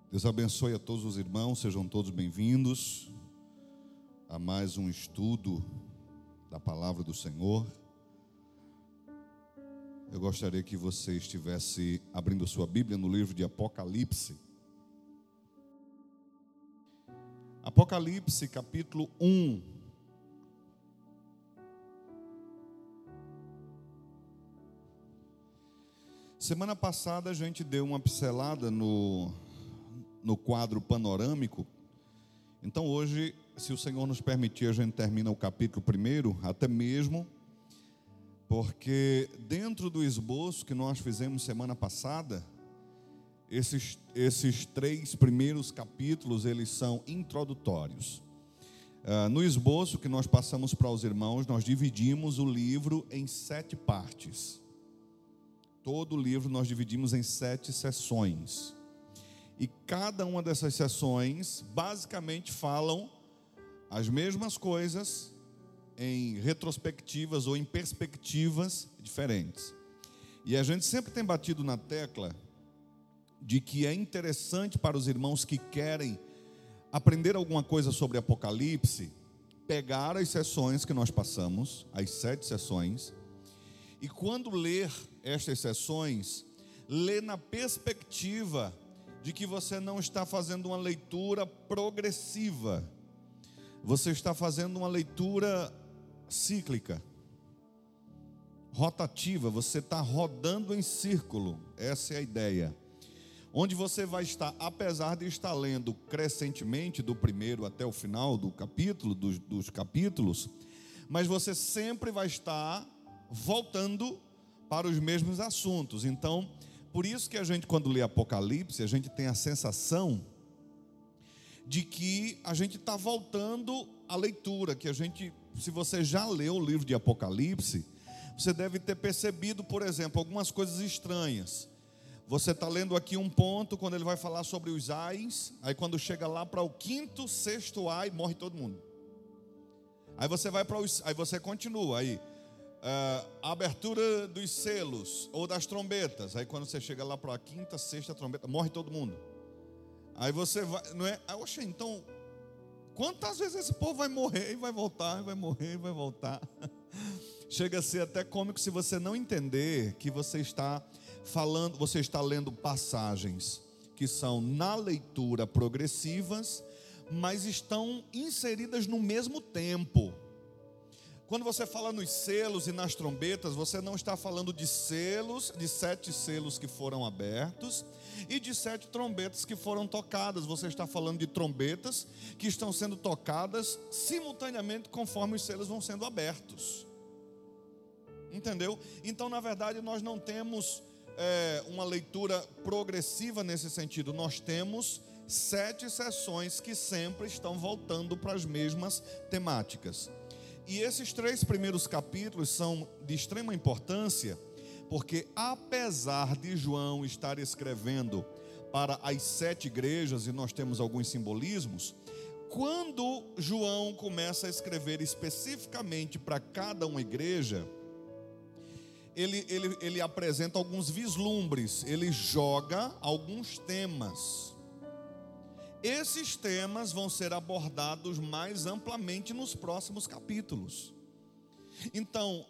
Deus abençoe a todos os irmãos, sejam todos bem-vindos a mais um estudo da Palavra do Senhor. Eu gostaria que você estivesse abrindo a sua Bíblia no livro de Apocalipse. Apocalipse, capítulo 1. Semana passada a gente deu uma pincelada no quadro panorâmico. Então hoje, se o Senhor nos permitir, a gente termina o capítulo 1, até mesmo porque dentro do esboço que nós fizemos semana passada, esses 3 primeiros capítulos, eles são introdutórios. No esboço que nós passamos para os irmãos, nós dividimos o livro em 7 partes. Todo o livro nós dividimos em 7 sessões. E cada uma dessas sessões basicamente falam as mesmas coisas em retrospectivas ou em perspectivas diferentes. E a gente sempre tem batido na tecla de que é interessante para os irmãos que querem aprender alguma coisa sobre Apocalipse, pegar as sessões que nós passamos, as 7 sessões, e quando ler estas sessões, ler na perspectiva de que você não está fazendo uma leitura progressiva, você está fazendo uma leitura cíclica, rotativa, você está rodando em círculo, essa é a ideia. Onde você vai estar, apesar de estar lendo crescentemente do primeiro até o final do capítulo, dos capítulos, mas você sempre vai estar voltando para os mesmos assuntos. Então, por isso que a gente, quando lê Apocalipse, a gente tem a sensação de que a gente está voltando à leitura, que a gente, se você já leu o livro de Apocalipse, você deve ter percebido, por exemplo, algumas coisas estranhas. Você está lendo aqui um ponto, quando ele vai falar sobre os ais, aí quando chega lá para o 5º, 6º ai, morre todo mundo. Aí você vai para os, aí você continua, aí a abertura dos selos ou das trombetas. Aí quando você chega lá para a 5ª, 6ª trombeta, morre todo mundo. Aí você vai, não é? Aí, oxe, então, quantas vezes esse povo vai morrer e vai voltar, vai morrer e vai voltar? Chega a ser até cômico se você não entender que você está falando, você está lendo passagens que são na leitura progressivas, mas estão inseridas no mesmo tempo. Quando você fala nos selos e nas trombetas, você não está falando de selos, de 7 selos que foram abertos e de 7 trombetas que foram tocadas. Você está falando de trombetas que estão sendo tocadas simultaneamente conforme os selos vão sendo abertos. Entendeu? Então, na verdade, nós não temos uma leitura progressiva nesse sentido. Nós temos 7 sessões que sempre estão voltando para as mesmas temáticas. E esses 3 primeiros capítulos são de extrema importância, porque apesar de João estar escrevendo para as 7 igrejas, e nós temos alguns simbolismos, quando João começa a escrever especificamente para cada uma igreja, ele apresenta alguns vislumbres, ele joga alguns temas. Esses temas vão ser abordados mais amplamente nos próximos capítulos. Então,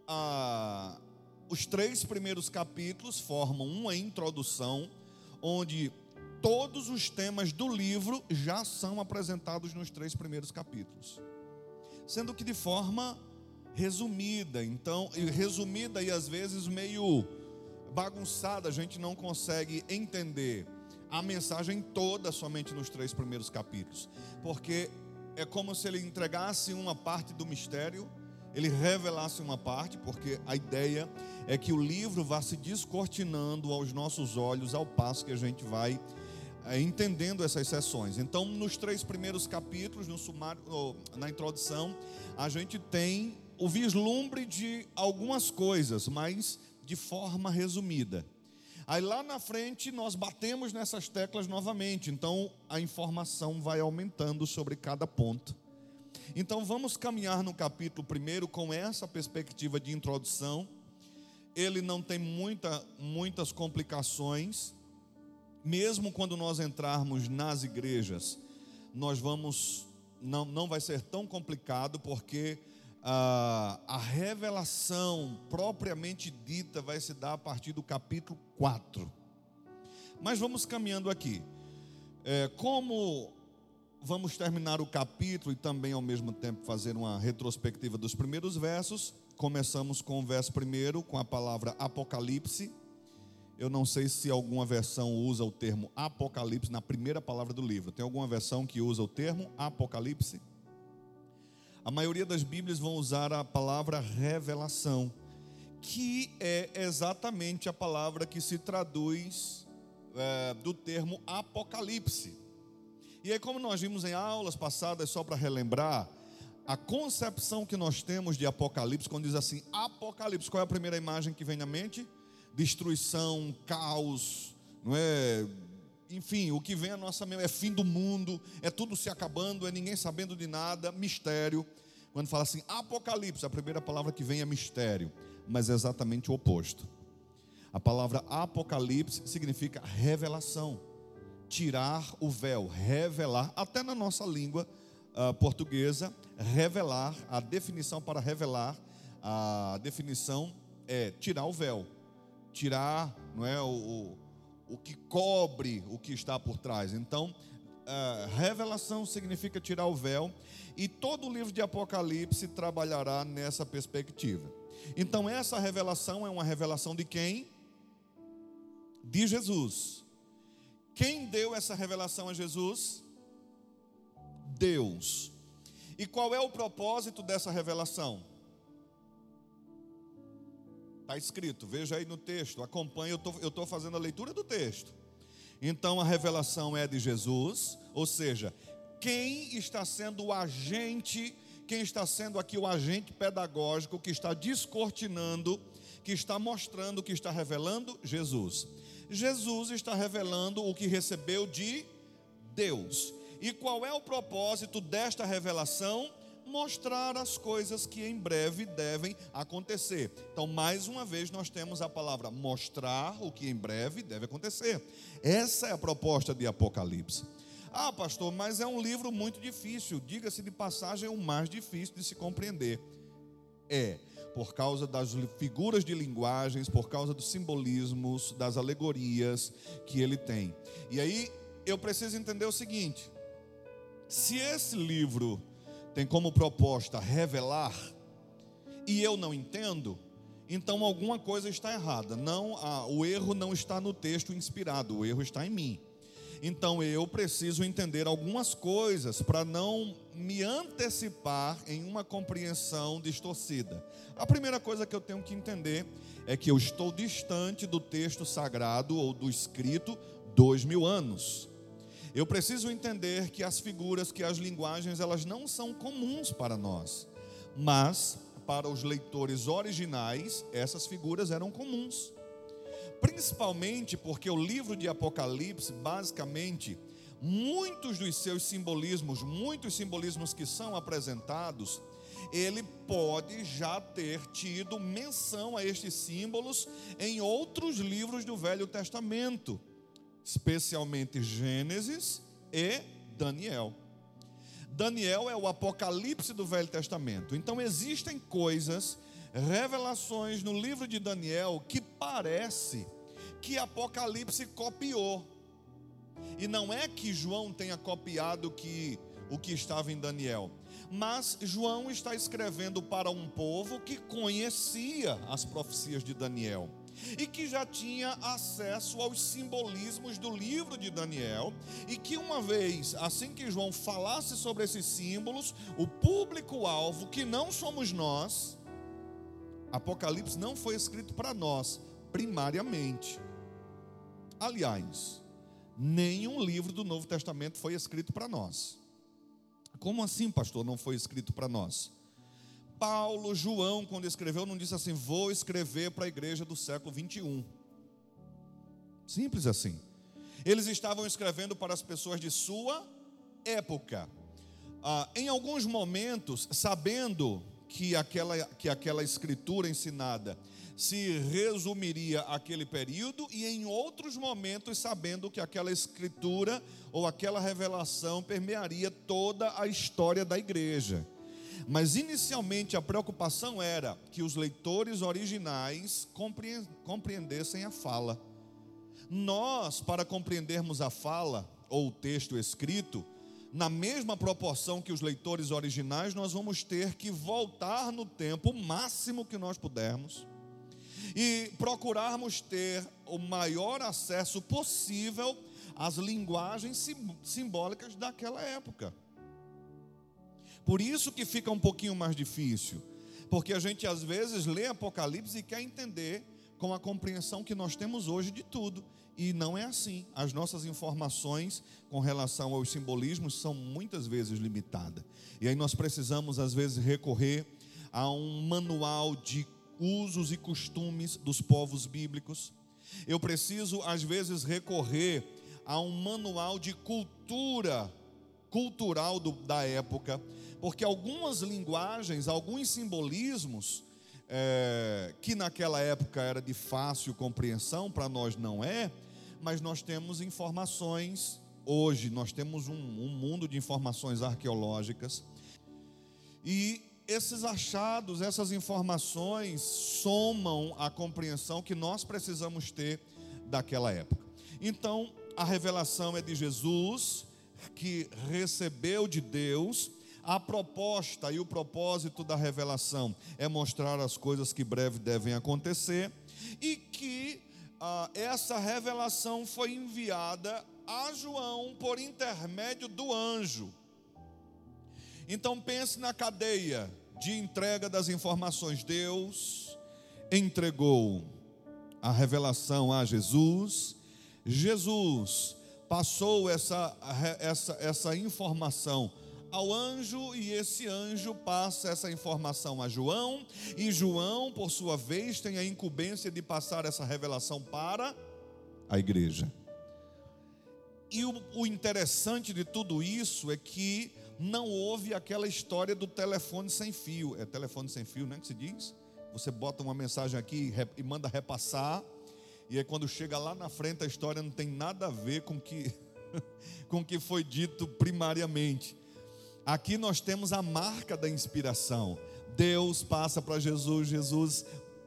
os 3 primeiros capítulos formam uma introdução, onde todos os temas do livro já são apresentados nos 3 primeiros capítulos, sendo que de forma resumida. Então, resumida e às vezes meio bagunçada, a gente não consegue entender a mensagem toda somente nos 3 primeiros capítulos, porque é como se ele entregasse uma parte do mistério, ele revelasse uma parte, porque a ideia é que o livro vá se descortinando aos nossos olhos, ao passo que a gente vai entendendo essas sessões. Então, nos 3 primeiros capítulos, no sumário, na introdução, a gente tem o vislumbre de algumas coisas, mas de forma resumida. Aí lá na frente nós batemos nessas teclas novamente, então a informação vai aumentando sobre cada ponto. Então vamos caminhar no capítulo 1 com essa perspectiva de introdução. Ele não tem muitas complicações, mesmo quando nós entrarmos nas igrejas, não vai ser tão complicado, porque a revelação propriamente dita vai se dar a partir do capítulo 4. Mas vamos caminhando aqui. Como vamos terminar o capítulo e também ao mesmo tempo fazer uma retrospectiva dos primeiros versos, começamos com o verso primeiro, com a palavra Apocalipse. Eu não sei se alguma versão usa o termo Apocalipse na primeira palavra do livro. Tem alguma versão que usa o termo Apocalipse? A maioria das Bíblias vão usar a palavra revelação, que é exatamente a palavra que se traduz do termo Apocalipse. E aí, como nós vimos em aulas passadas, só para relembrar, a concepção que nós temos de Apocalipse, quando diz assim, Apocalipse, qual é a primeira imagem que vem na mente? Destruição, caos, não é? Enfim, o que vem à nossa mente é fim do mundo, é tudo se acabando, é ninguém sabendo de nada, mistério. Quando fala assim, Apocalipse, a primeira palavra que vem é mistério, mas é exatamente o oposto. A palavra Apocalipse significa revelação, tirar o véu, revelar, até na nossa língua portuguesa, revelar, a definição para revelar, a definição é tirar o véu, tirar, não é, o que cobre o que está por trás. Então, revelação significa tirar o véu, e todo o livro de Apocalipse trabalhará nessa perspectiva. Então, essa revelação é uma revelação de quem? De Jesus. Quem deu essa revelação a Jesus? Deus. E qual é o propósito dessa revelação? Está escrito, veja aí no texto, acompanhe, eu estou fazendo a leitura do texto. Então a revelação é de Jesus, ou seja, quem está sendo o agente, quem está sendo aqui o agente pedagógico, que está descortinando, que está mostrando, que está revelando? Jesus. Jesus está revelando o que recebeu de Deus. E qual é o propósito desta revelação? Mostrar as coisas que em breve devem acontecer. Então, mais uma vez, nós temos a palavra mostrar o que em breve deve acontecer. Essa é a proposta de Apocalipse. Ah, pastor, mas é um livro muito difícil. Diga-se de passagem, é o mais difícil de se compreender. Por causa das figuras de linguagens, por causa dos simbolismos, das alegorias que ele tem. E aí, eu preciso entender o seguinte: se esse livro tem como proposta revelar, e eu não entendo, então alguma coisa está errada. O erro não está no texto inspirado, o erro está em mim. Então eu preciso entender algumas coisas para não me antecipar em uma compreensão distorcida. A primeira coisa que eu tenho que entender é que eu estou distante do texto sagrado ou do escrito 2000 anos. Eu preciso entender que as figuras, que as linguagens, elas não são comuns para nós, mas para os leitores originais, essas figuras eram comuns. Principalmente porque o livro de Apocalipse, basicamente, muitos dos seus simbolismos, muitos simbolismos que são apresentados, ele pode já ter tido menção a estes símbolos em outros livros do Velho Testamento, especialmente Gênesis e Daniel. Daniel é o Apocalipse do Velho Testamento. Então existem coisas, revelações no livro de Daniel que parece que Apocalipse copiou. E não é que João tenha copiado o que estava em Daniel, mas João está escrevendo para um povo que conhecia as profecias de Daniel e que já tinha acesso aos simbolismos do livro de Daniel, e que uma vez, assim que João falasse sobre esses símbolos, o público-alvo, que não somos nós, Apocalipse não foi escrito para nós, primariamente. Aliás, nenhum livro do Novo Testamento foi escrito para nós. Como assim, pastor, não foi escrito para nós? Paulo, João, quando escreveu, não disse assim: vou escrever para a igreja do século 21. Simples assim. Eles estavam escrevendo para as pessoas de sua época. Em alguns momentos, sabendo que aquela escritura ensinada se resumiria àquele período, e em outros momentos sabendo que aquela escritura ou aquela revelação permearia toda a história da igreja. Mas inicialmente a preocupação era que os leitores originais compreendessem a fala. Nós, para compreendermos a fala ou o texto escrito, na mesma proporção que os leitores originais, nós vamos ter que voltar no tempo o máximo que nós pudermos e procurarmos ter o maior acesso possível às linguagens simbólicas daquela época. Por isso que fica um pouquinho mais difícil, porque a gente às vezes lê Apocalipse e quer entender com a compreensão que nós temos hoje de tudo, e não é assim. As nossas informações com relação aos simbolismos são muitas vezes limitadas, e aí nós precisamos às vezes recorrer a um manual de usos e costumes dos povos bíblicos. Eu preciso às vezes recorrer a um manual de cultural da época, porque algumas linguagens, alguns simbolismos que naquela época era de fácil compreensão, para nós não é, mas nós temos informações hoje, nós temos um mundo de informações arqueológicas, e esses achados, essas informações somam a compreensão que nós precisamos ter daquela época. Então, a revelação é de Jesus, que recebeu de Deus. A proposta e o propósito da revelação é mostrar as coisas que breve devem acontecer, e que essa revelação foi enviada a João por intermédio do anjo. Então pense na cadeia de entrega das informações. Deus entregou a revelação a Jesus, Jesus passou essa informação ao anjo, e esse anjo passa essa informação a João, e João, por sua vez, tem a incumbência de passar essa revelação para a igreja. E o interessante de tudo isso é que não houve aquela história do telefone sem fio. É telefone sem fio, né, que se diz? Você bota uma mensagem aqui e manda repassar, e aí quando chega lá na frente a história não tem nada a ver com o que foi dito primariamente. Aqui nós temos a marca da inspiração. Deus passa para Jesus, Jesus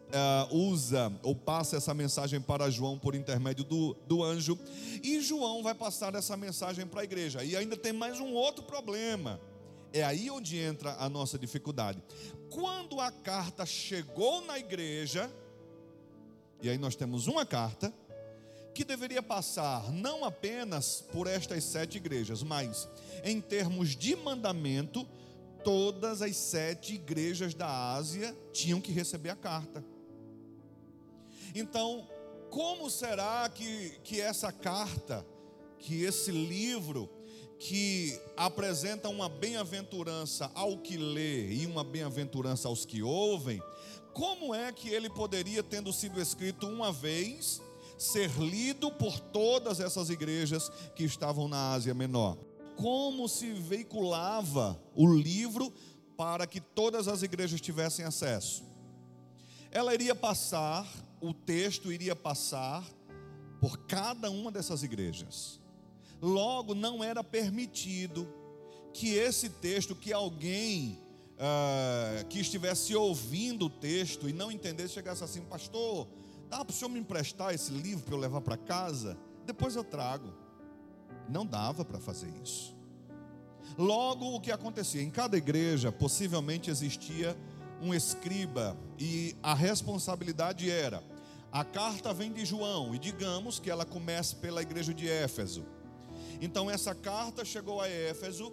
usa ou passa essa mensagem para João por intermédio do anjo, e João vai passar essa mensagem para a igreja. E ainda tem mais um outro problema, é aí onde entra a nossa dificuldade. Quando a carta chegou na igreja, e aí nós temos uma carta que deveria passar não apenas por estas 7 igrejas, mas em termos de mandamento, todas as 7 igrejas da Ásia tinham que receber a carta. Então, como será que essa carta, que esse livro, que apresenta uma bem-aventurança ao que lê e uma bem-aventurança aos que ouvem, como é que ele poderia, tendo sido escrito uma vez, ser lido por todas essas igrejas que estavam na Ásia Menor? Como se veiculava o livro para que todas as igrejas tivessem acesso? Ela iria passar, o texto iria passar por cada uma dessas igrejas. Logo, não era permitido que esse texto, que alguém que estivesse ouvindo o texto e não entendesse, chegasse assim: pastor, dá para o senhor me emprestar esse livro para eu levar para casa? Depois eu trago. Não dava para fazer isso. Logo, o que acontecia? Em cada igreja, possivelmente existia um escriba, e a responsabilidade era: a carta vem de João, e digamos que ela comece pela igreja de Éfeso. Então essa carta chegou a Éfeso,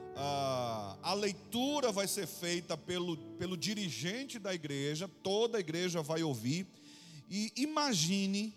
a leitura vai ser feita pelo dirigente da igreja, toda a igreja vai ouvir. E imagine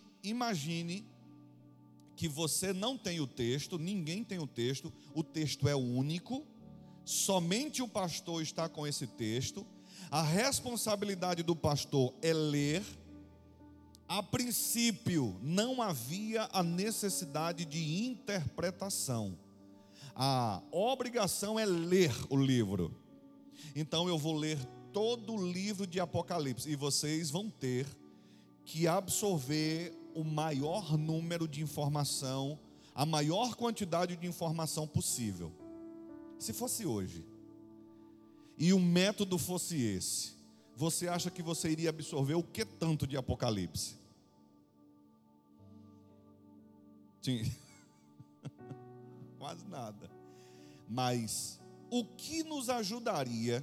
que você não tem o texto, ninguém tem o texto é único, somente o pastor está com esse texto. A responsabilidade do pastor é ler. A princípio, não havia a necessidade de interpretação. A obrigação é ler o livro. Então eu vou ler todo o livro de Apocalipse e vocês vão ter que absorver o maior número de informação, a maior quantidade de informação possível. Se fosse hoje e o método fosse esse, você acha que você iria absorver o que tanto de Apocalipse? Sim. Quase nada. Mas o que nos ajudaria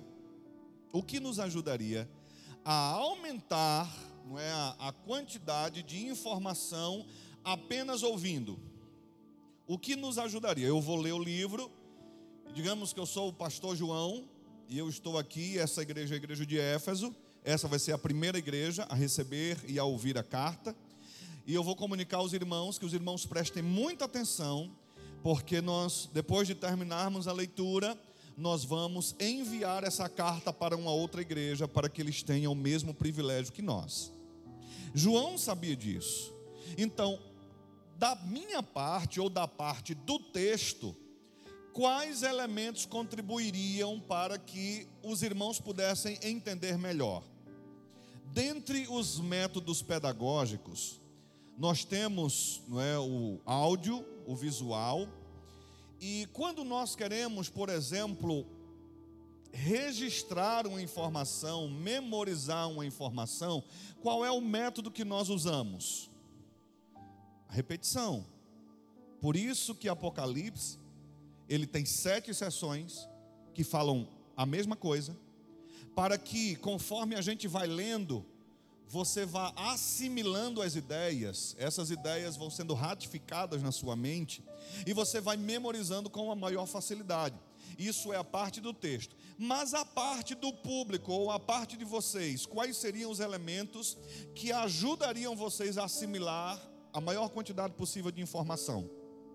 a aumentar, não é, a quantidade de informação apenas ouvindo? O que nos ajudaria? Eu vou ler o livro, digamos que eu sou o pastor João, e eu estou aqui, essa igreja é a igreja de Éfeso, essa vai ser a primeira igreja a receber e a ouvir a carta, e eu vou comunicar aos irmãos, que os irmãos prestem muita atenção, porque nós, depois de terminarmos a leitura, nós vamos enviar essa carta para uma outra igreja, para que eles tenham o mesmo privilégio que nós. João sabia disso. Então, da minha parte, ou da parte do texto, quais elementos contribuiriam para que os irmãos pudessem entender melhor? Dentre os métodos pedagógicos, nós temos, não é, o áudio, o visual, e quando nós queremos, por exemplo, registrar uma informação, memorizar uma informação, qual é o método que nós usamos? A repetição. Por isso que Apocalipse, ele tem 7 sessões que falam a mesma coisa, para que, conforme a gente vai lendo, você vá assimilando as ideias, essas ideias vão sendo ratificadas na sua mente, e você vai memorizando com uma maior facilidade. Isso é a parte do texto. Mas a parte do público, ou a parte de vocês, quais seriam os elementos que ajudariam vocês a assimilar a maior quantidade possível de informação?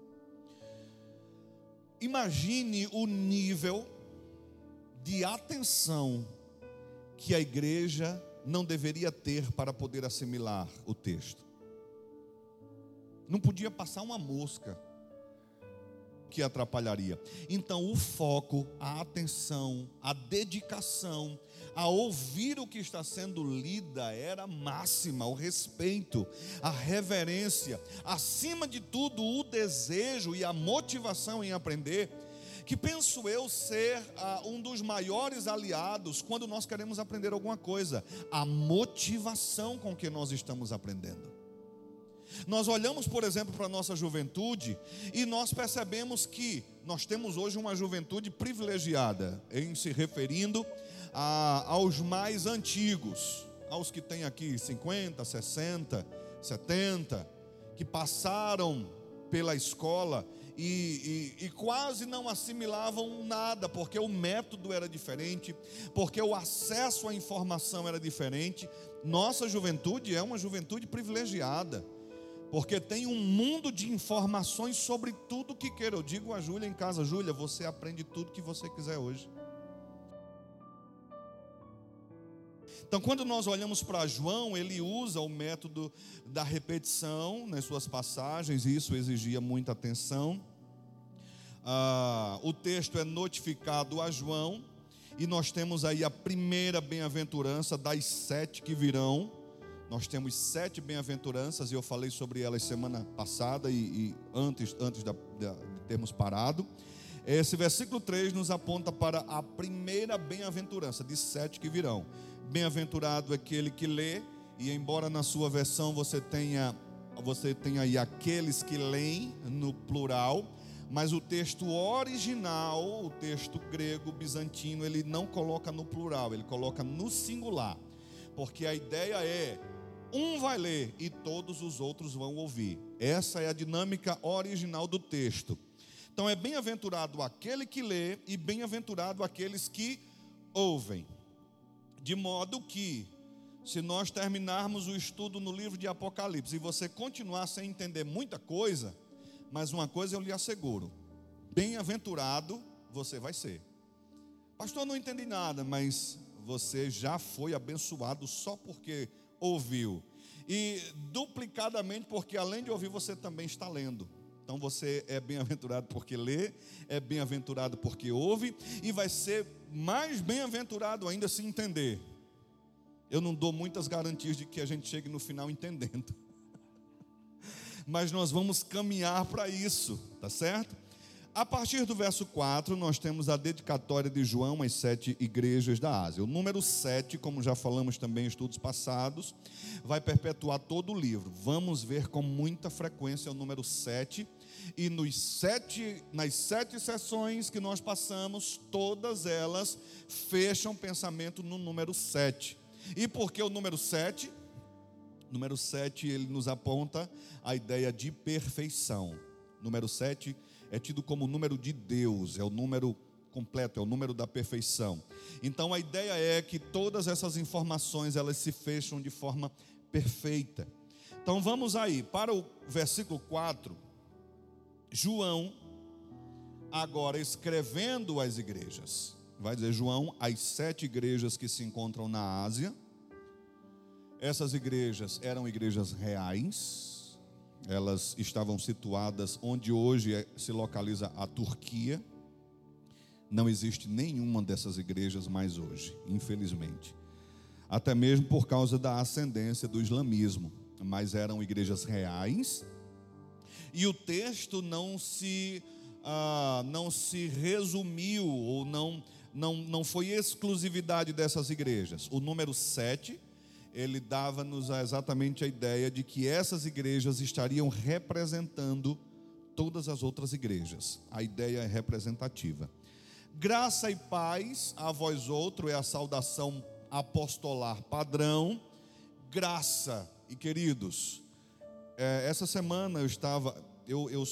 Imagine o nível de atenção que a igreja não deveria ter para poder assimilar o texto. Não podia passar uma mosca que atrapalharia. Então o foco, a atenção, a dedicação a ouvir o que está sendo lida era máxima, o respeito, a reverência, acima de tudo o desejo e a motivação em aprender, que penso eu ser um dos maiores aliados quando nós queremos aprender alguma coisa, a motivação com que nós estamos aprendendo. Nós olhamos, por exemplo, para a nossa juventude e nós percebemos que nós temos hoje uma juventude privilegiada, em se referindo aos mais antigos, aos que têm aqui 50, 60, 70, que passaram pela escola e quase não assimilavam nada, porque o método era diferente, porque o acesso à informação era diferente. Nossa juventude é uma juventude privilegiada, porque tem um mundo de informações sobre tudo que queira. Eu digo a Júlia em casa: Júlia, você aprende tudo que você quiser hoje. Então, quando nós olhamos para João, ele usa o método da repetição nas suas passagens, e isso exigia muita atenção. O texto é notificado a João, e nós temos aí a primeira bem-aventurança das 7 que virão. Nós temos 7 bem-aventuranças, e eu falei sobre elas semana passada e antes de termos parado. Esse versículo 3 nos aponta para a primeira bem-aventurança de 7 que virão. Bem-aventurado é aquele que lê, e embora na sua versão você tenha aí aqueles que leem no plural, mas o texto original, o texto grego bizantino, ele não coloca no plural, ele coloca no singular, porque a ideia é: um vai ler e todos os outros vão ouvir. Essa é a dinâmica original do texto. Então é bem-aventurado aquele que lê e bem-aventurado aqueles que ouvem. De modo que, se nós terminarmos o estudo no livro de Apocalipse e você continuar sem entender muita coisa, mas uma coisa eu lhe asseguro: bem-aventurado você vai ser. Pastor, não entendi nada, mas você já foi abençoado só porque ouviu, e duplicadamente porque além de ouvir você também está lendo. Então você é bem-aventurado porque lê, é bem-aventurado porque ouve, e vai ser mais bem-aventurado ainda se entender. Eu não dou muitas garantias de que a gente chegue no final entendendo, mas nós vamos caminhar para isso, tá certo? A partir do verso 4, nós temos a dedicatória de João às 7 igrejas da Ásia. O número 7, como já falamos também em estudos passados, vai perpetuar todo o livro. Vamos ver com muita frequência o número 7. E nas 7 sessões que nós passamos, todas elas fecham pensamento no número 7. E por que o número 7? O número 7, ele nos aponta a ideia de perfeição. Número 7 é tido como o número de Deus, é o número completo, é o número da perfeição. Então a ideia é que todas essas informações, elas se fecham de forma perfeita. Então vamos aí, para o versículo 4, João, agora escrevendo às igrejas, vai dizer João, às 7 igrejas que se encontram na Ásia. Essas igrejas eram igrejas reais. Elas estavam situadas onde hoje se localiza a Turquia. Não existe nenhuma dessas igrejas mais hoje, infelizmente. Até mesmo por causa da ascendência do islamismo. Mas eram igrejas reais. E o texto não se resumiu, ou não foi exclusividade dessas igrejas. O número 7... ele dava-nos exatamente a ideia de que essas igrejas estariam representando todas as outras igrejas. A ideia é representativa. Graça e paz a vós outro é a saudação apostolar padrão. Graça, e queridos, essa semana eu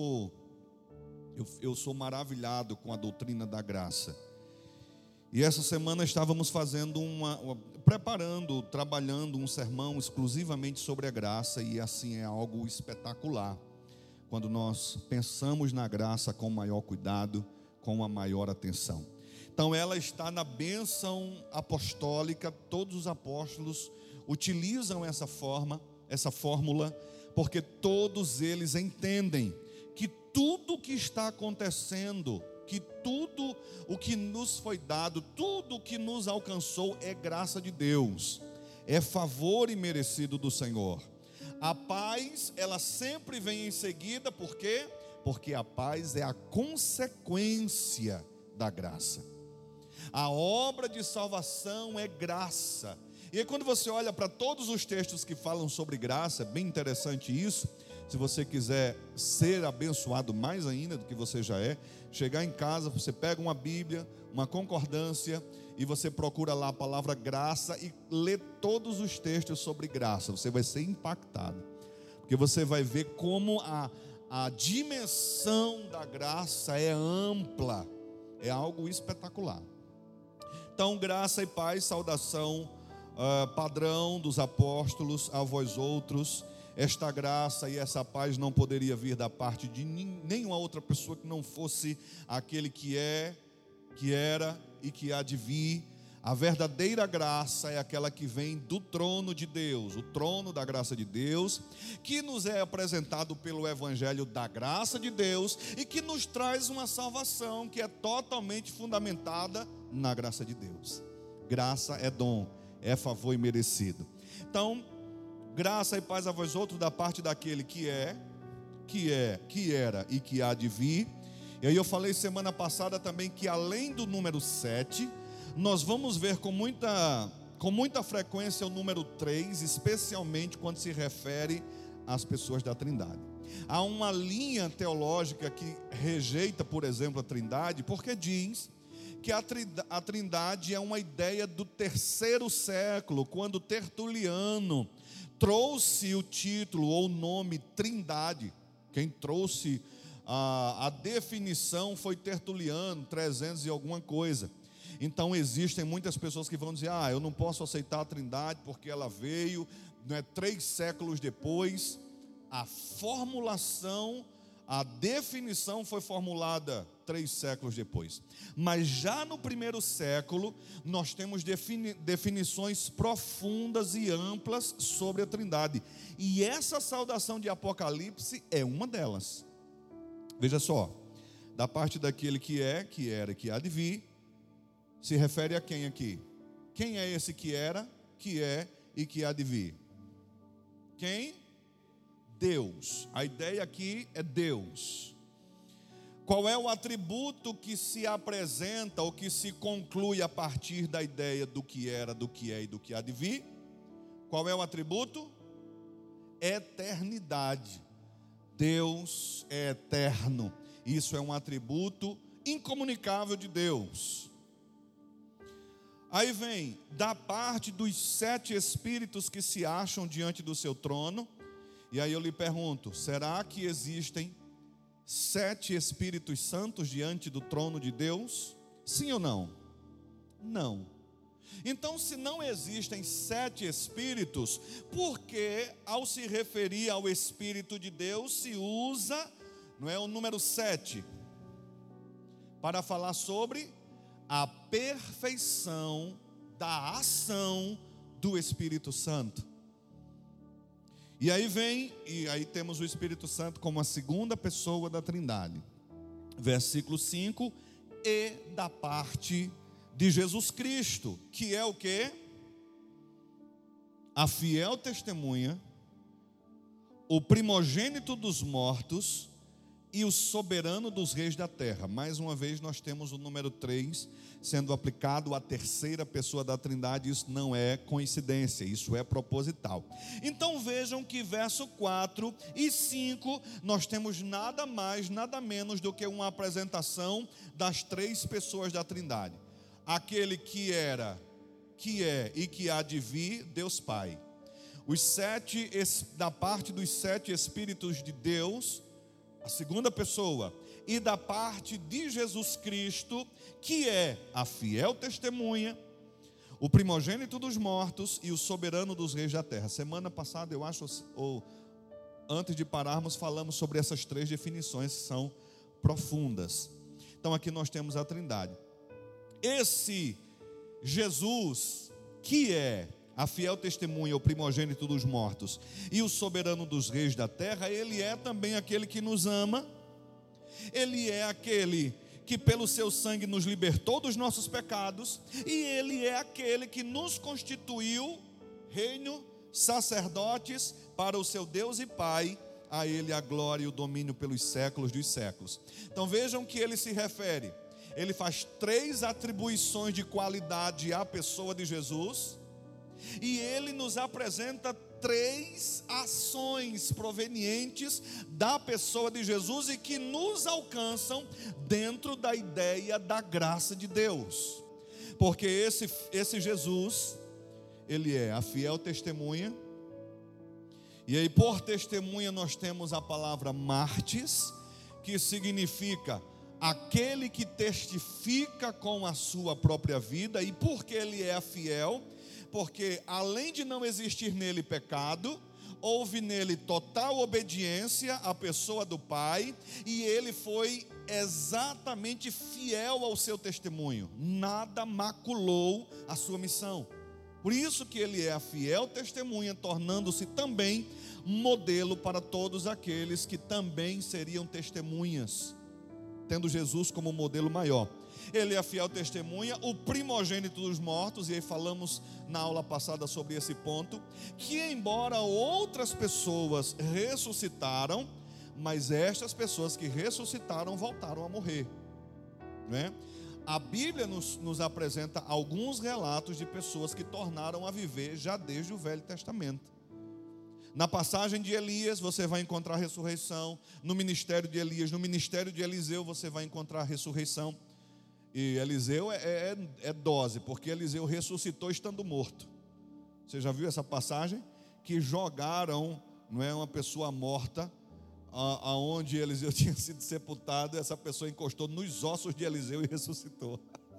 sou maravilhado com a doutrina da graça. E essa semana estávamos fazendo trabalhando um sermão exclusivamente sobre a graça, e assim é algo espetacular, quando nós pensamos na graça com maior cuidado, com a maior atenção. Então ela está na bênção apostólica, todos os apóstolos utilizam essa fórmula, porque todos eles entendem que tudo que está acontecendo, que tudo o que nos foi dado, tudo o que nos alcançou é graça de Deus, é favor imerecido do Senhor. A paz, ela sempre vem em seguida, por quê? Porque a paz é a consequência da graça. A obra de salvação é graça. E aí, quando você olha para todos os textos que falam sobre graça, é bem interessante isso. Se você quiser ser abençoado mais ainda do que você já é, chegar em casa, você pega uma Bíblia, uma concordância, e você procura lá a palavra graça e lê todos os textos sobre graça. Você vai ser impactado, porque você vai ver como a dimensão da graça é ampla, é algo espetacular. Então, graça e paz, saudação padrão dos apóstolos a vós outros. Esta graça e essa paz não poderia vir da parte de nenhuma outra pessoa que não fosse aquele que é, que era e que há de vir. A verdadeira graça é aquela que vem do trono de Deus, o trono da graça de Deus, que nos é apresentado pelo Evangelho da graça de Deus e que nos traz uma salvação que é totalmente fundamentada na graça de Deus. Graça é dom, é favor imerecido. Então, graça e paz a vós outros da parte daquele que era e que há de vir. E aí eu falei semana passada também que além do número 7, nós vamos ver com muita frequência o número 3, especialmente quando se refere às pessoas da Trindade. Há uma linha teológica que rejeita, por exemplo, a Trindade, porque diz que a Trindade é uma ideia do 3º século, quando Tertuliano trouxe o título ou o nome Trindade. Quem trouxe a definição foi Tertuliano, 300 e alguma coisa. Então existem muitas pessoas que vão dizer: eu não posso aceitar a Trindade porque ela veio 3 séculos depois. A formulação, a definição foi formulada 3 séculos depois. Mas já no 1º século, nós temos definições profundas e amplas sobre a Trindade. E essa saudação de Apocalipse é uma delas. Veja só, da parte daquele que é, que era, que há de vir, se refere a quem aqui? Quem é esse que era, que é e que há de vir? Quem? Deus. A ideia aqui é Deus. Qual é o atributo que se apresenta ou que se conclui a partir da ideia do que era, do que é e do que há de vir? Qual é o atributo? Eternidade. Deus é eterno. Isso é um atributo incomunicável de Deus. Aí vem, da parte dos 7 espíritos que se acham diante do seu trono. E aí eu lhe pergunto, será que existem 7 Espíritos Santos diante do trono de Deus? Sim ou não? Não. Então, se não existem 7 Espíritos, por que ao se referir ao Espírito de Deus se usa, não é, o número 7? Para falar sobre a perfeição da ação do Espírito Santo. E aí temos o Espírito Santo como a segunda pessoa da Trindade. Versículo 5, e da parte de Jesus Cristo, que é o quê? A fiel testemunha, o primogênito dos mortos e o soberano dos reis da terra. Mais uma vez nós temos o número 3 sendo aplicado à terceira pessoa da Trindade. Isso não é coincidência, isso é proposital. Então vejam que verso 4 e 5 nós temos nada mais, nada menos do que uma apresentação das 3 pessoas da Trindade. Aquele que era, que é e que há de vir, Deus Pai. Os 7, da parte dos 7 Espíritos de Deus, a segunda pessoa, e da parte de Jesus Cristo, que é a fiel testemunha, o primogênito dos mortos e o soberano dos reis da terra. Semana passada, eu acho, ou antes de pararmos, falamos sobre essas 3 definições que são profundas. Então aqui nós temos a Trindade. Esse Jesus, que é a fiel testemunha, o primogênito dos mortos e o soberano dos reis da terra, ele é também aquele que nos ama. Ele é aquele que pelo seu sangue nos libertou dos nossos pecados, e ele é aquele que nos constituiu reino, sacerdotes para o seu Deus e Pai. A ele a glória e o domínio pelos séculos dos séculos. Então vejam que ele se refere, ele faz 3 atribuições de qualidade à pessoa de Jesus, e ele nos apresenta 3 ações provenientes da pessoa de Jesus e que nos alcançam dentro da ideia da graça de Deus. Porque esse Jesus, ele é a fiel testemunha. E aí por testemunha nós temos a palavra mártis, que significa aquele que testifica com a sua própria vida. E por que ele é fiel? Porque além de não existir nele pecado, houve nele total obediência à pessoa do Pai, e ele foi exatamente fiel ao seu testemunho, nada maculou a sua missão. Por isso que ele é a fiel testemunha, tornando-se também modelo para todos aqueles que também seriam testemunhas, tendo Jesus como modelo maior. Ele é a fiel testemunha, o primogênito dos mortos, e aí falamos na aula passada sobre esse ponto, que embora outras pessoas ressuscitaram, mas estas pessoas que ressuscitaram voltaram a morrer, não é? A Bíblia nos apresenta alguns relatos de pessoas que tornaram a viver já desde o Velho Testamento. Na passagem de Elias você vai encontrar a ressurreição, no ministério de Elias, no ministério de Eliseu você vai encontrar a ressurreição. E Eliseu é dose, porque Eliseu ressuscitou estando morto. Você já viu essa passagem? Que jogaram, não é, uma pessoa morta, aonde Eliseu tinha sido sepultado, essa pessoa encostou nos ossos de Eliseu e ressuscitou.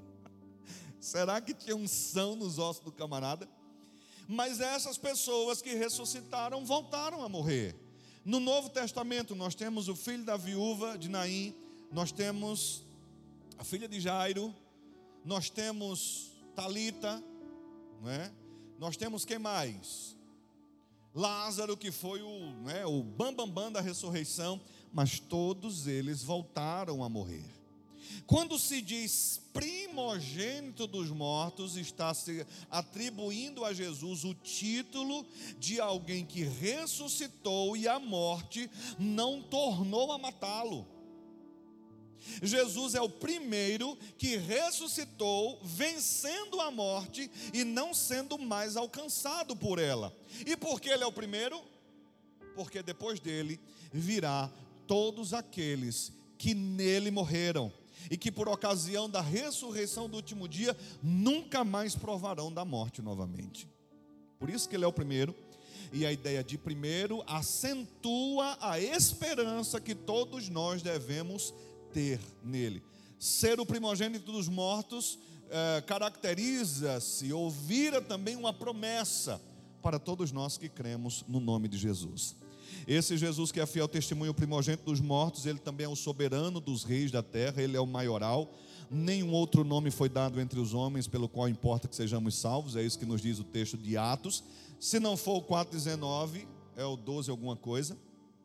Será que tinha unção nos ossos do camarada? Mas essas pessoas que ressuscitaram voltaram a morrer. No Novo Testamento nós temos o filho da viúva de Naim, nós temos a filha de Jairo, nós temos Talita, não é? Nós temos quem mais? Lázaro, que foi o bambambam da ressurreição. mas todos eles voltaram a morrer. Quando se diz primogênito dos mortos, está se atribuindo a Jesus o título de alguém que ressuscitou e a morte não tornou a matá-lo. Jesus é o primeiro que ressuscitou, vencendo a morte e não sendo mais alcançado por ela. E por que ele é o primeiro? Porque depois dele virá todos aqueles que nele morreram e que por ocasião da ressurreição do último dia nunca mais provarão da morte novamente. Por isso que ele é o primeiro. E a ideia de primeiro acentua a esperança que todos nós devemos ter nele. Ser o primogênito dos mortos caracteriza-se, ou vira também uma promessa para todos nós que cremos no nome de Jesus. Esse Jesus que é fiel testemunho, primogênito dos mortos, ele também é o soberano dos reis da terra, ele é o maioral. Nenhum outro nome foi dado entre os homens pelo qual importa que sejamos salvos, é isso que nos diz o texto de Atos. Se não for o 4,19, é o 12 alguma coisa.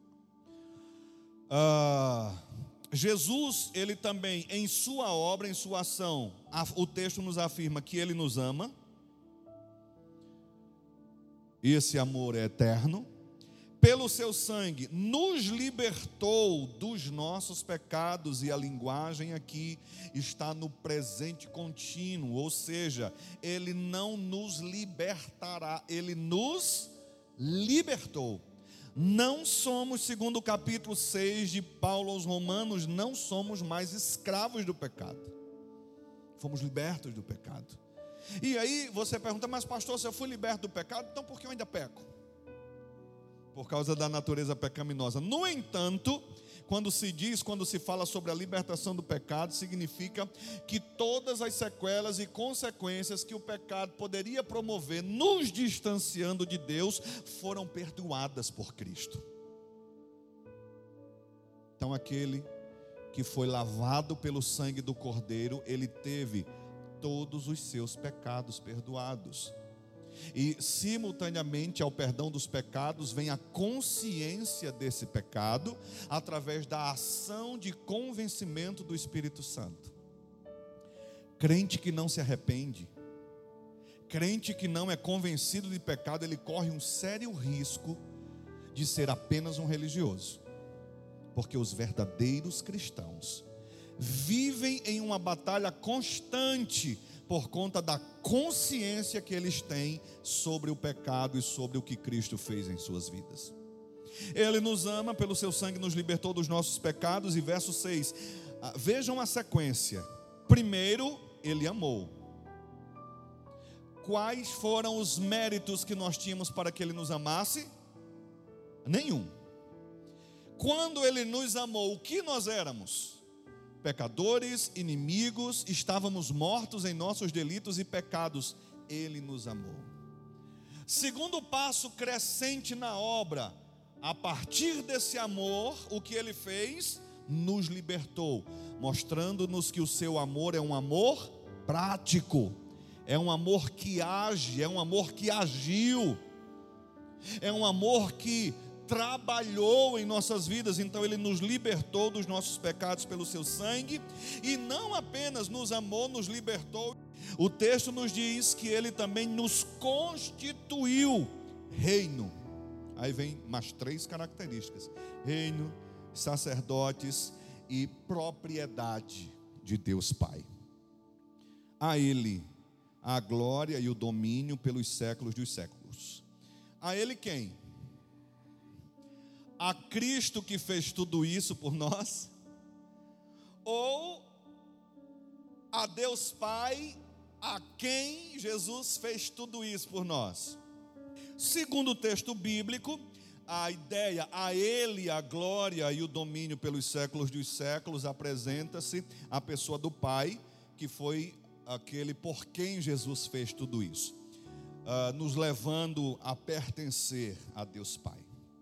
Jesus, ele também, em sua obra, em sua ação, o texto nos afirma que ele nos ama. E esse amor é eterno. Pelo seu sangue, nos libertou dos nossos pecados, e a linguagem aqui está no presente contínuo, ou seja, ele não nos libertará, ele nos libertou. Não somos, segundo o capítulo 6 de Paulo aos Romanos, não somos mais escravos do pecado. Fomos libertos do pecado. E aí você pergunta, mas pastor, se eu fui liberto do pecado, então por que eu ainda peco? Por causa da natureza pecaminosa. No entanto, quando se fala sobre a libertação do pecado, significa que todas as sequelas e consequências que o pecado poderia promover, nos distanciando de Deus, foram perdoadas por Cristo. Então aquele que foi lavado pelo sangue do Cordeiro, ele teve todos os seus pecados perdoados. E simultaneamente ao perdão dos pecados vem a consciência desse pecado através da ação de convencimento do Espírito Santo. Crente que não se arrepende, crente que não é convencido de pecado, ele corre um sério risco de ser apenas um religioso. Porque os verdadeiros cristãos vivem em uma batalha constante por conta da consciência que eles têm sobre o pecado e sobre o que Cristo fez em suas vidas. Ele nos ama, pelo seu sangue nos libertou dos nossos pecados. E verso 6, vejam a sequência. Primeiro, ele amou. Quais foram os méritos que nós tínhamos para que ele nos amasse? Nenhum. Quando ele nos amou, o que nós éramos? Pecadores, inimigos, estávamos mortos em nossos delitos e pecados. Ele nos amou. Segundo passo crescente na obra, a partir desse amor, o que ele fez? Nos libertou, mostrando-nos que o seu amor é um amor prático, é um amor que age, é um amor que agiu, é um amor que trabalhou em nossas vidas. Então ele nos libertou dos nossos pecados pelo seu sangue, e não apenas nos amou, nos libertou. O texto nos diz que ele também nos constituiu reino. Aí vem mais 3 características: reino, sacerdotes e propriedade de Deus Pai. A ele a glória e o domínio pelos séculos dos séculos. A ele quem? A Cristo que fez tudo isso por nós? Ou a Deus Pai, a quem Jesus fez tudo isso por nós? Segundo o texto bíblico, a ideia, a ele a glória e o domínio pelos séculos dos séculos, apresenta-se a pessoa do Pai, que foi aquele por quem Jesus fez tudo isso, nos levando a pertencer a Deus Pai.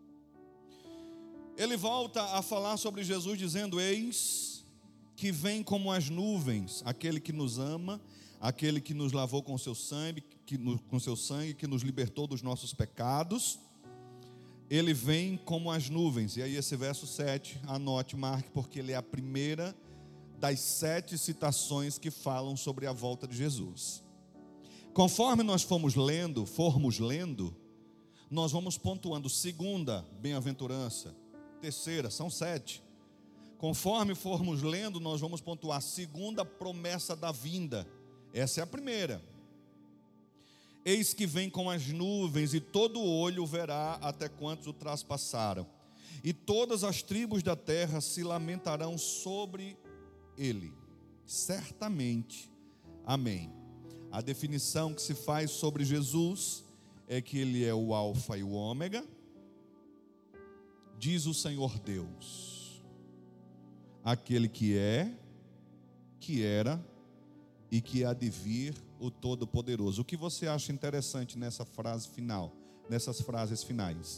Ele volta a falar sobre Jesus dizendo: eis que vem como as nuvens, aquele que nos ama, aquele que nos lavou com seu sangue, que nos libertou dos nossos pecados. Ele vem como as nuvens. E aí esse verso 7, anote, marque, porque ele é a primeira das 7 citações que falam sobre a volta de Jesus. Conforme nós formos lendo, nós vamos pontuando segunda bem-aventurança, terceira, são 7. Conforme formos lendo, nós vamos pontuar segunda promessa da vinda. Essa é a primeira. Eis que vem com as nuvens, e todo olho verá até quantos o traspassaram. E todas as tribos da terra se lamentarão sobre ele. Certamente. Amém. A definição que se faz sobre Jesus é que ele é o alfa e o ômega. Diz o Senhor Deus, aquele que é, que era e que há de vir, o Todo-Poderoso. O que você acha interessante nessa frase final, nessas frases finais?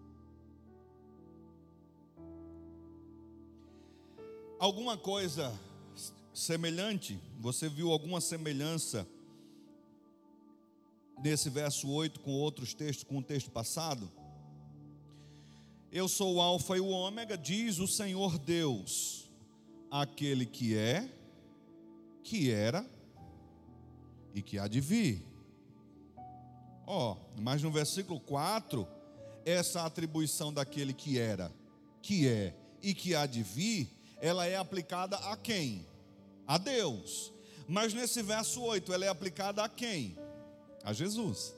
Alguma coisa semelhante? Você viu alguma semelhança nesse verso 8 com outros textos, com o texto passado? Eu sou o alfa e o ômega, diz o Senhor Deus, aquele que é, que era e que há de vir. Mas no versículo 4, essa atribuição daquele que era, que é e que há de vir, ela é aplicada a quem? A Deus. Mas nesse verso 8, ela é aplicada a quem? A Jesus.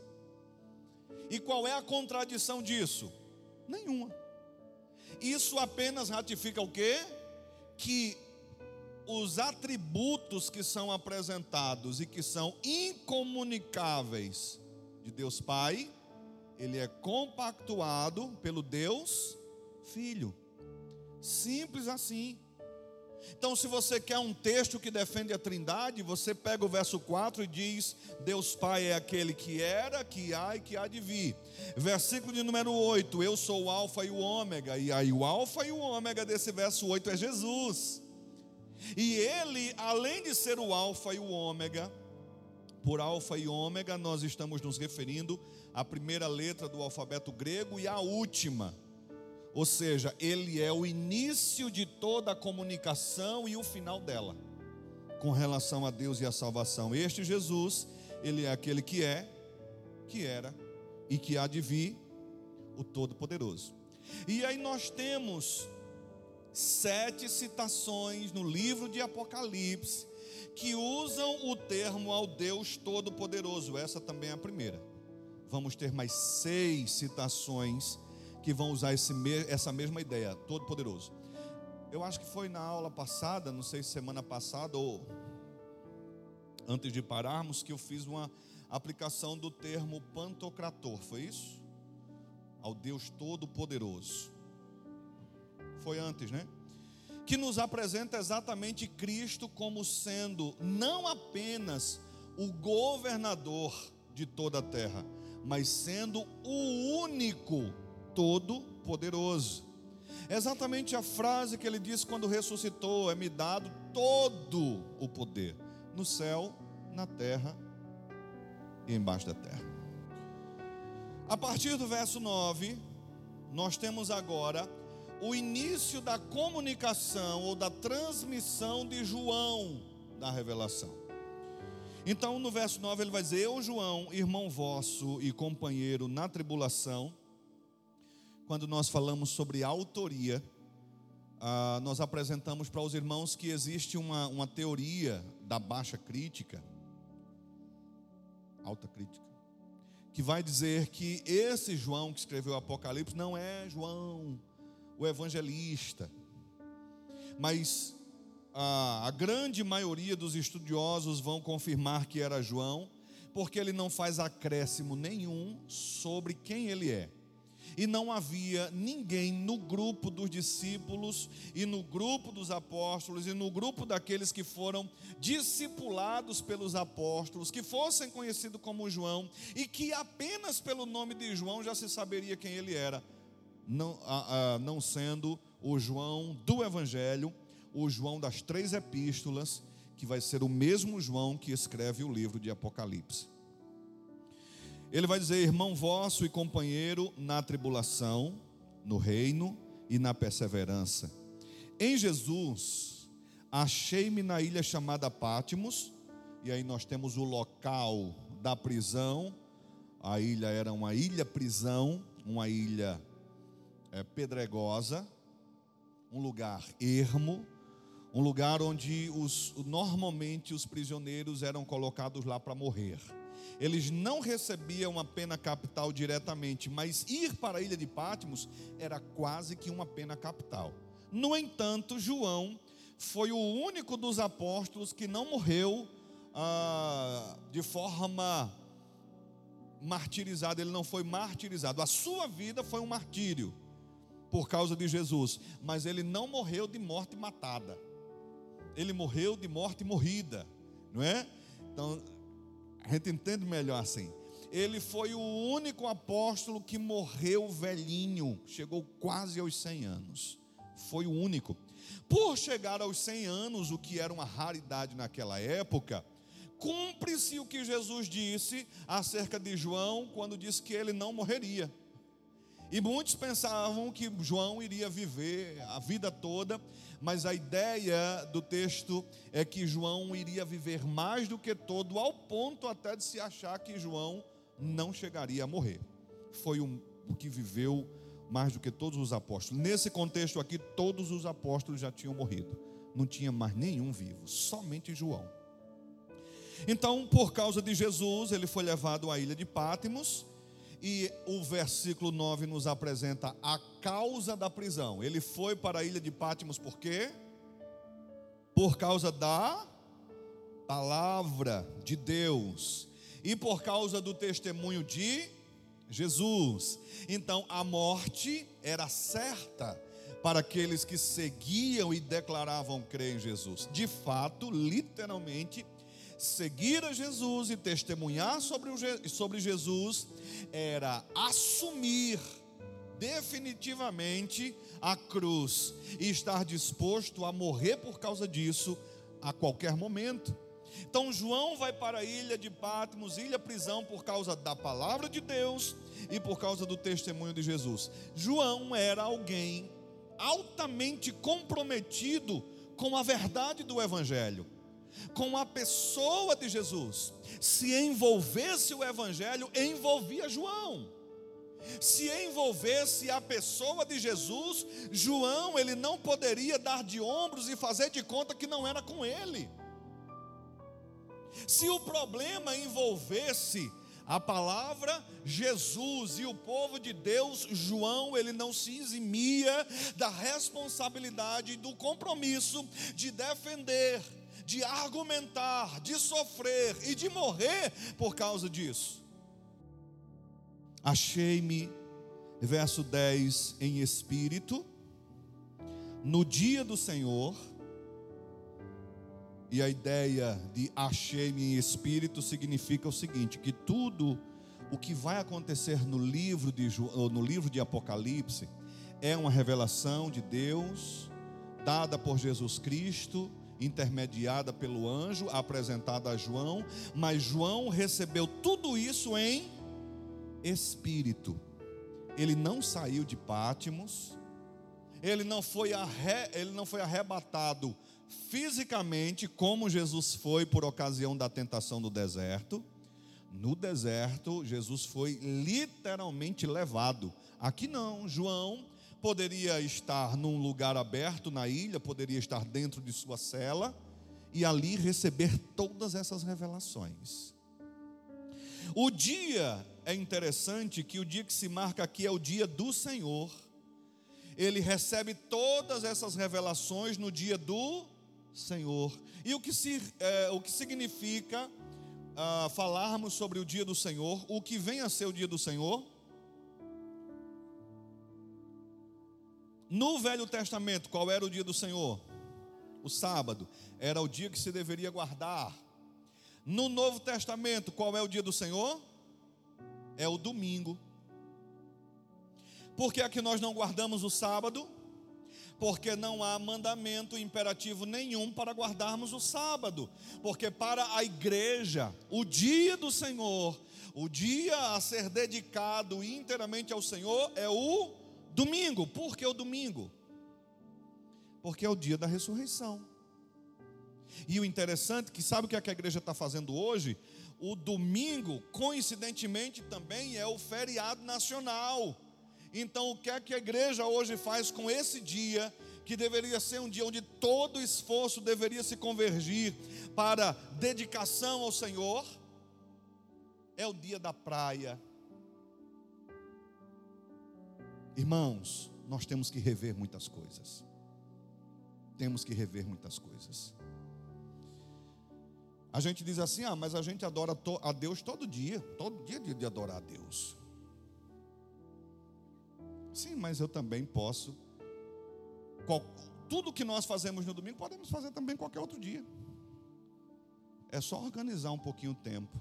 E qual é a contradição disso? Nenhuma. Isso apenas ratifica o quê? Que os atributos que são apresentados e que são incomunicáveis de Deus Pai, ele é compactuado pelo Deus Filho. Simples assim. Então, se você quer um texto que defende a Trindade, você pega o verso 4 e diz: Deus Pai é aquele que era, que há e que há de vir. Versículo de número 8, eu sou o alfa e o ômega. E aí o alfa e o ômega desse verso 8 é Jesus. E ele, além de ser o alfa e o ômega, por alfa e ômega nós estamos nos referindo à primeira letra do alfabeto grego e à última. Ou seja, ele é o início de toda a comunicação e o final dela, com relação a Deus e a salvação. Este Jesus, ele é aquele que é, que era e que há de vir, o Todo-Poderoso. E aí nós temos 7 citações no livro de Apocalipse que usam o termo ao Deus Todo-Poderoso. Essa também é a primeira. Vamos ter mais 6 citações que vão usar essa mesma ideia, Todo-Poderoso. Eu acho que foi na aula passada, não sei se semana passada ou antes de pararmos, que eu fiz uma aplicação do termo Pantocrator, foi isso? Ao Deus Todo-Poderoso. Foi antes, né? Que nos apresenta exatamente Cristo como sendo não apenas o governador de toda a terra, mas sendo o único Todo-Poderoso. É exatamente a frase que ele disse quando ressuscitou: é-me dado todo o poder, no céu, na terra e embaixo da terra. A partir do verso 9, nós temos agora o início da comunicação ou da transmissão de João da revelação. Então no verso 9 ele vai dizer: eu, João, irmão vosso e companheiro na tribulação. Quando nós falamos sobre autoria, nós apresentamos para os irmãos que existe uma teoria da baixa crítica, alta crítica, que vai dizer que esse João que escreveu o Apocalipse não é João, o evangelista, mas a grande maioria dos estudiosos vão confirmar que era João, porque ele não faz acréscimo nenhum sobre quem ele é. E não havia ninguém no grupo dos discípulos e no grupo dos apóstolos e no grupo daqueles que foram discipulados pelos apóstolos, que fossem conhecidos como João e que apenas pelo nome de João já se saberia quem ele era, não sendo o João do Evangelho, o João das 3 epístolas, que vai ser o mesmo João que escreve o livro de Apocalipse. Ele vai dizer: irmão vosso e companheiro na tribulação, no reino e na perseverança. Em Jesus, achei-me na ilha chamada Pátimos. E aí nós temos o local da prisão. A ilha era uma ilha-prisão, uma ilha pedregosa, um lugar ermo, um lugar onde normalmente os prisioneiros eram colocados lá para morrer. Eles não recebiam uma pena capital diretamente, mas ir para a ilha de Pátimos era quase que uma pena capital. No entanto, João foi o único dos apóstolos que não morreu de forma martirizada. Ele não foi martirizado. A sua vida foi um martírio por causa de Jesus, mas ele não morreu de morte matada. Ele morreu de morte morrida, não é? Então a gente entende melhor assim. Ele foi o único apóstolo que morreu velhinho, chegou quase aos 100 anos. Foi o único. Por chegar aos 100 anos, o que era uma raridade naquela época, cumpre-se o que Jesus disse acerca de João, quando disse que ele não morreria. E muitos pensavam que João iria viver a vida toda, mas a ideia do texto é que João iria viver mais do que todo, ao ponto até de se achar que João não chegaria a morrer. Foi o que viveu mais do que todos os apóstolos. Nesse contexto aqui, todos os apóstolos já tinham morrido. Não tinha mais nenhum vivo, somente João. Então, por causa de Jesus, ele foi levado à ilha de Pátimos. E o versículo 9 nos apresenta a causa da prisão. Ele foi para a ilha de Pátimos por quê? Por causa da palavra de Deus e por causa do testemunho de Jesus. Então a morte era certa para aqueles que seguiam e declaravam crer em Jesus. De fato, literalmente, seguir a Jesus e testemunhar sobre Jesus era assumir definitivamente a cruz e estar disposto a morrer por causa disso a qualquer momento. Então João vai para a ilha de Pátimos, ilha prisão, por causa da palavra de Deus e por causa do testemunho de Jesus. João era alguém altamente comprometido com a verdade do Evangelho, com a pessoa de Jesus. Se envolvesse o Evangelho, envolvia João. Se envolvesse a pessoa de Jesus, João, ele não poderia dar de ombros e fazer de conta que não era com ele. Se o problema envolvesse a palavra, Jesus e o povo de Deus, João, ele não se eximia da responsabilidade, do compromisso de defender, de argumentar, de sofrer e de morrer por causa disso. Achei-me, verso 10, em espírito, no dia do Senhor. E a ideia de achei-me em espírito significa o seguinte: que tudo o que vai acontecer no livro de Apocalipse é uma revelação de Deus, dada por Jesus Cristo, intermediada pelo anjo, apresentada a João, mas João recebeu tudo isso em espírito. Ele não saiu de Pátimos, ele não foi arrebatado fisicamente, como Jesus foi por ocasião da tentação do deserto. No deserto, Jesus foi literalmente levado. Aqui não, João poderia estar num lugar aberto na ilha, poderia estar dentro de sua cela e ali receber todas essas revelações. O dia, é interessante que o dia que se marca aqui é o dia do Senhor. Ele recebe todas essas revelações no dia do Senhor. E o que significa falarmos sobre o dia do Senhor? O que vem a ser o dia do Senhor? No Velho Testamento, qual era o dia do Senhor? O sábado. Era o dia que se deveria guardar. No Novo Testamento, qual é o dia do Senhor? É o domingo. Por que é que nós não guardamos o sábado? Porque não há mandamento imperativo nenhum para guardarmos o sábado. Porque para a igreja, o dia do Senhor, o dia a ser dedicado inteiramente ao Senhor é o domingo. Por que o domingo? Porque é o dia da ressurreição. E o interessante é que sabe o que a igreja está fazendo hoje? O domingo, coincidentemente, também é o feriado nacional. Então, o que é que a igreja hoje faz com esse dia, que deveria ser um dia onde todo esforço deveria se convergir para dedicação ao Senhor? É o dia da praia. Irmãos, nós temos que rever muitas coisas. Temos que rever muitas coisas. A gente diz assim, mas a gente adora a Deus todo dia é dia de adorar a Deus. Sim, mas eu também posso. Tudo que nós fazemos no domingo, podemos fazer também qualquer outro dia. É só organizar um pouquinho o tempo.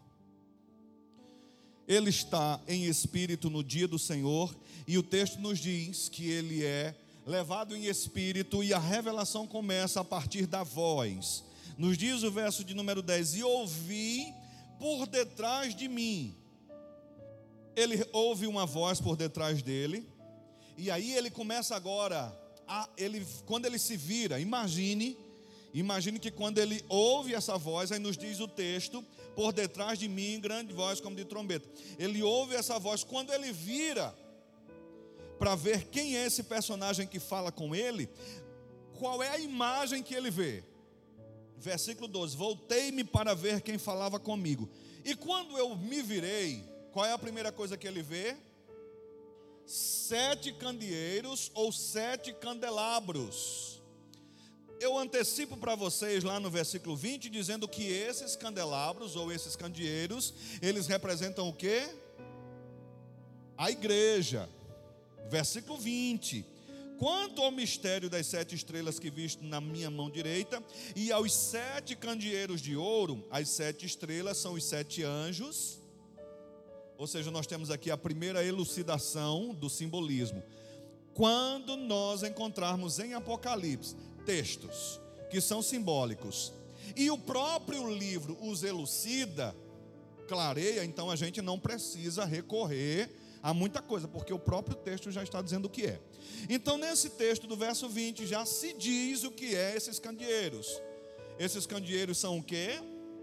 Ele está em espírito no dia do Senhor, e o texto nos diz que ele é levado em espírito, e a revelação começa a partir da voz. Nos diz o verso de número 10, e ouvi por detrás de mim. Ele ouve uma voz por detrás dele, e aí ele começa agora, quando ele se vira, imagine que quando ele ouve essa voz, aí nos diz o texto, por detrás de mim, grande voz como de trombeta. Ele ouve essa voz, quando ele vira, para ver quem é esse personagem que fala com ele, qual é a imagem que ele vê? Versículo 12, voltei-me para ver quem falava comigo. E quando eu me virei, qual é a primeira coisa que ele vê? 7 candeeiros ou 7 candelabros. Eu antecipo para vocês lá no versículo 20, dizendo que esses candelabros ou esses candeeiros, eles representam o quê? A igreja. Versículo 20. Quanto ao mistério das 7 estrelas que visto na minha mão direita, e aos 7 candeeiros de ouro, as 7 estrelas são os 7 anjos. Ou seja, nós temos aqui a primeira elucidação do simbolismo. Quando nós encontrarmos em Apocalipse textos que são simbólicos, e o próprio livro os elucida, clareia, então a gente não precisa recorrer a muita coisa, porque o próprio texto já está dizendo o que é. Então nesse texto do verso 20 já se diz o que é esses candeeiros. Esses candeeiros são o quê?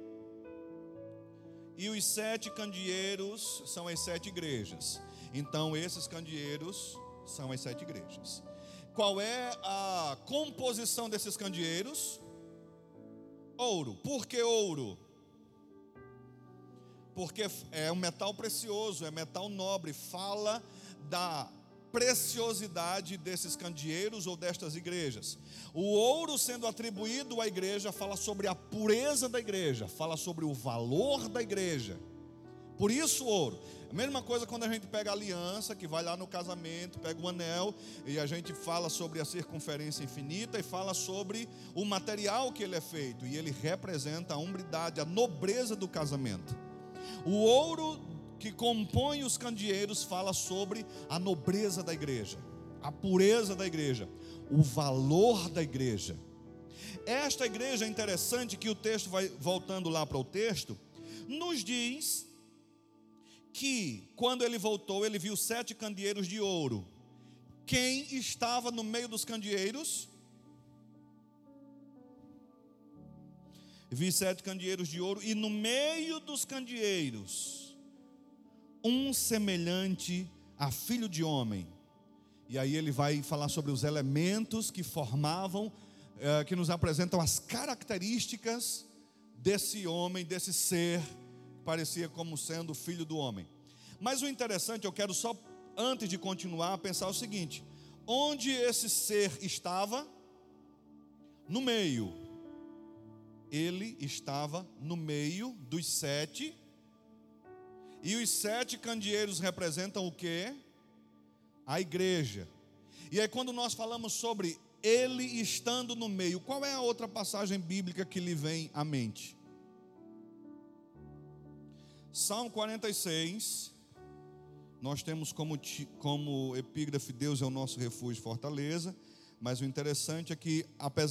E os 7 candeeiros são as 7 igrejas. Então esses candeeiros são as 7 igrejas. Qual é a composição desses candeeiros? Ouro. Por que ouro? Porque é um metal precioso, é metal nobre. Fala da preciosidade desses candeeiros ou destas igrejas. O ouro sendo atribuído à igreja fala sobre a pureza da igreja, fala sobre o valor da igreja. Por isso o ouro. A mesma coisa quando a gente pega a aliança, que vai lá no casamento, pega o anel, e a gente fala sobre a circunferência infinita e fala sobre o material que ele é feito, e ele representa a umbridade, a nobreza do casamento. O ouro que compõe os candeeiros fala sobre a nobreza da igreja, a pureza da igreja, o valor da igreja. Esta igreja é interessante que o texto vai voltando lá para o texto, nos diz que quando ele voltou, ele viu 7 candeeiros de ouro. Quem estava no meio dos candeeiros? Vi 7 candeeiros de ouro, e no meio dos candeeiros, um semelhante a filho de homem. E aí ele vai falar sobre os elementos que formavam, que nos apresentam as características desse homem, desse ser, parecia como sendo filho do homem. Mas o interessante, eu quero só, antes de continuar, pensar o seguinte: onde esse ser estava? No meio. Ele estava no meio dos 7. E os 7 candeeiros representam o quê? A igreja. E aí quando nós falamos sobre ele estando no meio, qual é a outra passagem bíblica que lhe vem à mente? Salmo 46, nós temos como epígrafe: Deus é o nosso refúgio e fortaleza. Mas o interessante é que,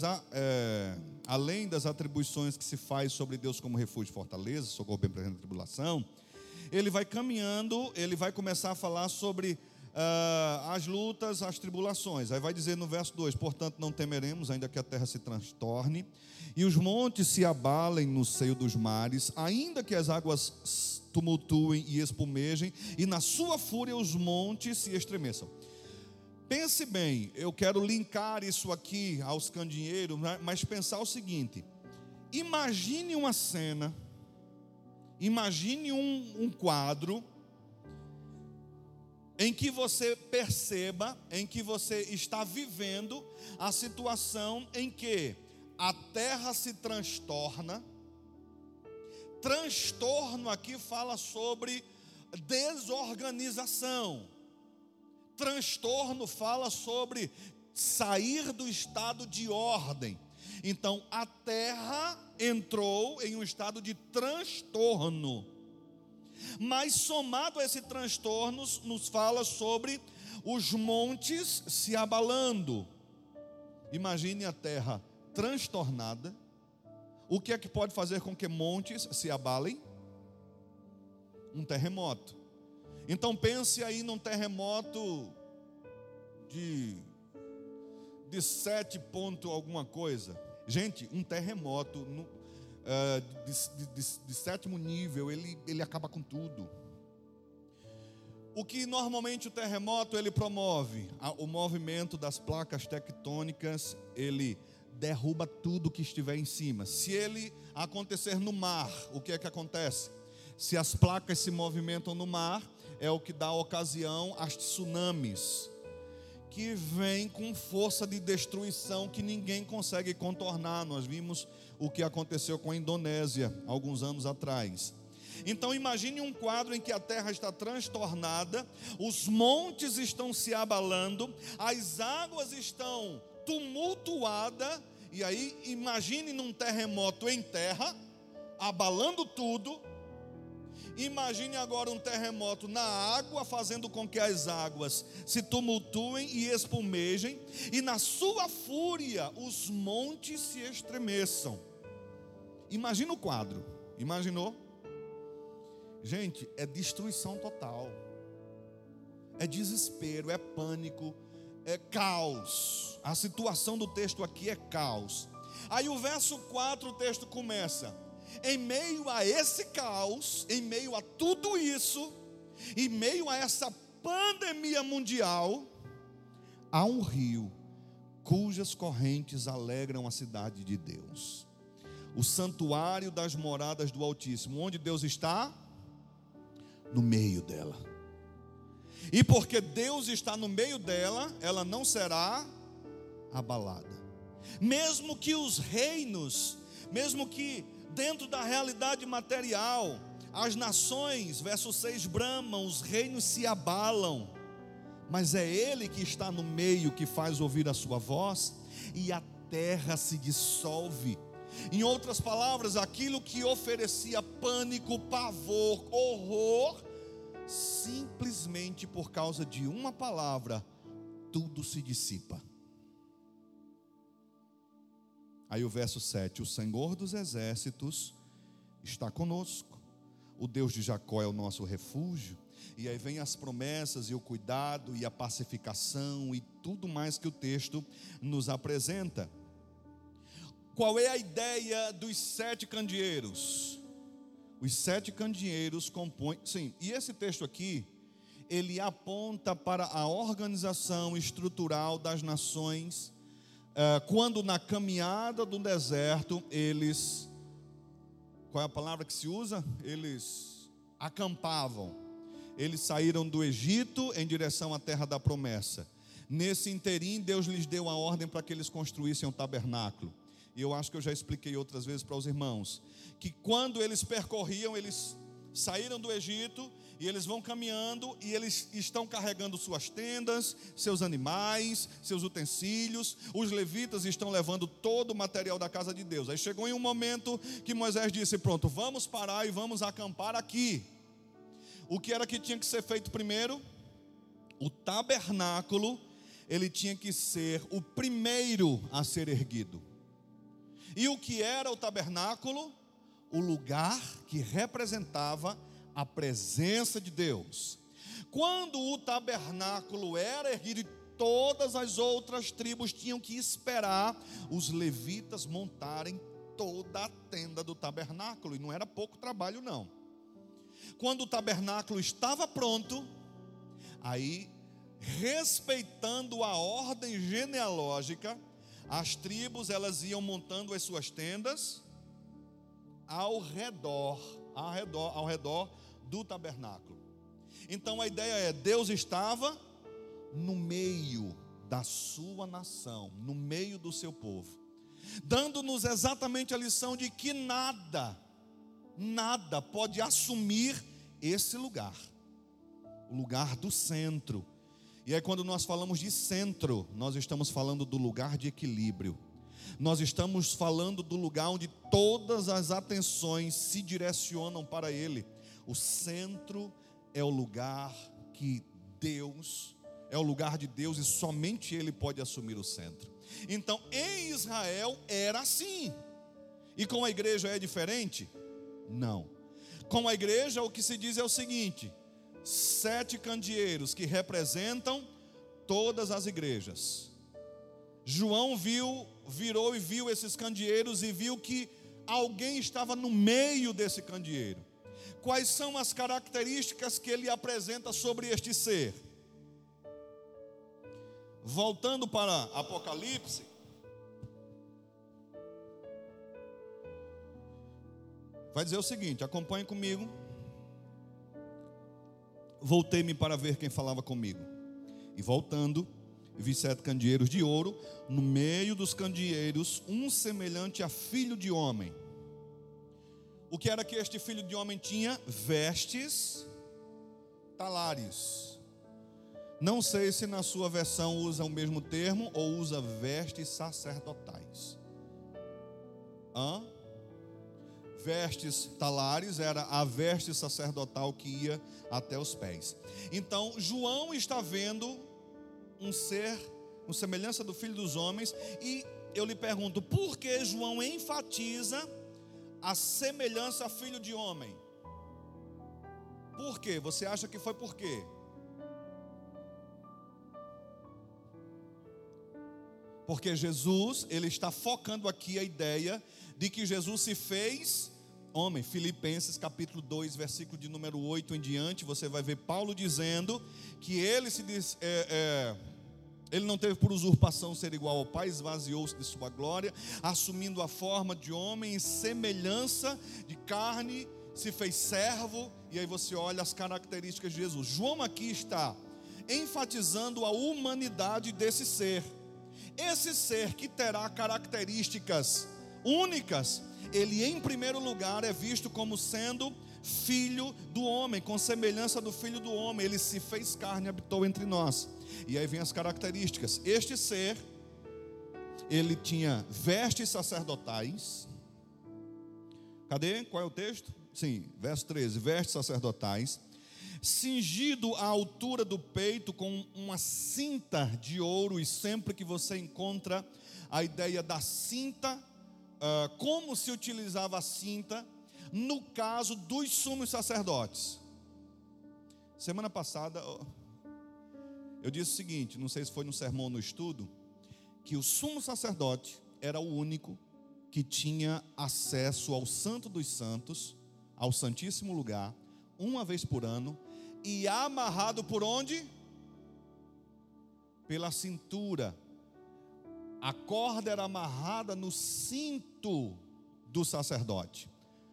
além das atribuições que se faz sobre Deus como refúgio e fortaleza, socorro bem presente na tribulação, ele vai caminhando, ele vai começar a falar sobre as lutas, as tribulações. Aí vai dizer no verso 2: portanto não temeremos, ainda que a terra se transtorne e os montes se abalem no seio dos mares, ainda que as águas tumultuem e espumejem, e na sua fúria os montes se estremeçam. Pense bem, eu quero linkar isso aqui aos candeeiros, mas pensar o seguinte: imagine uma cena, imagine um quadro em que você perceba, em que você está vivendo a situação em que a terra se transtorna. Transtorno aqui fala sobre desorganização. Transtorno fala sobre sair do estado de ordem. Então a terra entrou em um estado de transtorno. Mas somado a esse transtorno, nos fala sobre os montes se abalando. Imagine a terra transtornada. O que é que pode fazer com que montes se abalem? Um terremoto. Então pense aí num terremoto de 7 ponto alguma coisa. Gente, um terremoto de 7º nível, ele acaba com tudo. O que normalmente o terremoto ele promove? O movimento das placas tectônicas, ele derruba tudo que estiver em cima. Se ele acontecer no mar, o que é que acontece? Se as placas se movimentam no mar, é o que dá ocasião às tsunamis, que vem com força de destruição que ninguém consegue contornar. Nós vimos o que aconteceu com a Indonésia alguns anos atrás. Então imagine um quadro em que a terra está transtornada, os montes estão se abalando, as águas estão tumultuadas, e aí imagine num terremoto em terra, abalando tudo. Imagine agora um terremoto na água, fazendo com que as águas se tumultuem e espumejem, e na sua fúria os montes se estremeçam. Imagina o quadro, imaginou? Gente, é destruição total, é desespero, é pânico, é caos. A situação do texto aqui é caos. Aí o verso 4, o texto começa: em meio a esse caos, em meio a tudo isso, em meio a essa pandemia mundial, há um rio cujas correntes alegram a cidade de Deus, o santuário das moradas do Altíssimo. Onde Deus está? No meio dela. E porque Deus está no meio dela, ela não será abalada. Mesmo que os reinos, mesmo que dentro da realidade material, as nações, verso 6, bramam, os reinos se abalam, mas é Ele que está no meio, que faz ouvir a sua voz, e a terra se dissolve. Em outras palavras, aquilo que oferecia pânico, pavor, horror, simplesmente por causa de uma palavra, tudo se dissipa. Aí o verso 7, o Senhor dos exércitos está conosco, o Deus de Jacó é o nosso refúgio. E aí vem as promessas e o cuidado e a pacificação e tudo mais que o texto nos apresenta. Qual é a ideia dos 7 candeeiros? Os 7 candeeiros compõem, sim, e esse texto aqui, ele aponta para a organização estrutural das nações, quando na caminhada do deserto, eles, qual é a palavra que se usa? Eles acampavam, eles saíram do Egito em direção à terra da promessa. Nesse interim, Deus lhes deu a ordem para que eles construíssem um tabernáculo. E eu acho que eu já expliquei outras vezes para os irmãos, que quando eles percorriam, eles saíram do Egito, e eles vão caminhando, e eles estão carregando suas tendas, seus animais, seus utensílios. Os levitas estão levando todo o material da casa de Deus. Aí chegou em um momento que Moisés disse: pronto, vamos parar e vamos acampar aqui. O que era que tinha que ser feito primeiro? O tabernáculo ele tinha que ser o primeiro a ser erguido. E o que era o tabernáculo? O lugar que representava a presença de Deus. Quando o tabernáculo era erguido, e todas as outras tribos tinham que esperar os levitas montarem toda a tenda do tabernáculo, e não era pouco trabalho não. Quando o tabernáculo estava pronto, aí, respeitando a ordem genealógica, as tribos elas iam montando as suas tendas ao redor do tabernáculo. Então a ideia é, Deus estava no meio da sua nação, no meio do seu povo, dando-nos exatamente a lição de que nada pode assumir esse lugar, o lugar do centro. E aí quando nós falamos de centro, nós estamos falando do lugar de equilíbrio. Nós estamos falando do lugar onde todas as atenções se direcionam para Ele. O centro é o lugar que Deus, é o lugar de Deus, e somente Ele pode assumir o centro. Então em Israel era assim. E com a igreja é diferente? Não. Com a igreja o que se diz é o seguinte: 7 candeeiros que representam todas as igrejas. João virou e viu esses candeeiros e viu que alguém estava no meio desse candeeiro. Quais são as características que ele apresenta sobre este ser? Voltando para Apocalipse, vai dizer o seguinte, acompanhe comigo. Voltei-me para ver quem falava comigo. E voltando, vi 7 candeeiros de ouro, no meio dos candeeiros, um semelhante a filho de homem. O que era que este filho de homem tinha? Vestes talares. Não sei se na sua versão usa o mesmo termo ou usa vestes sacerdotais. Vestes talares era a veste sacerdotal que ia até os pés. Então João está vendo um ser com semelhança do filho dos homens, e eu lhe pergunto, por que João enfatiza a semelhança a filho de homem? Por quê? Você acha que foi por quê? Porque Jesus, ele está focando aqui a ideia de que Jesus se fez homem. Filipenses capítulo 2, versículo de número 8 em diante, você vai ver Paulo dizendo que ele ele não teve por usurpação ser igual ao Pai, esvaziou-se de sua glória, assumindo a forma de homem, em semelhança de carne, se fez servo. E aí você olha as características de Jesus. João aqui está enfatizando a humanidade desse ser. Esse ser que terá características únicas, ele em primeiro lugar é visto como sendo filho do homem, com semelhança do filho do homem. Ele se fez carne e habitou entre nós. E aí vem as características. Este ser, ele tinha vestes sacerdotais. Cadê? Qual é o texto? Sim, verso 13, vestes sacerdotais, cingido à altura do peito com uma cinta de ouro. E sempre que você encontra a ideia da cinta, como se utilizava a cinta no caso dos sumos sacerdotes. Semana passada eu disse o seguinte, não sei se foi no sermão ou no estudo, que o sumo sacerdote era o único que tinha acesso ao Santo dos Santos, ao Santíssimo Lugar, uma vez por ano, e amarrado por onde? Pela cintura. A corda era amarrada no cinto do sacerdote.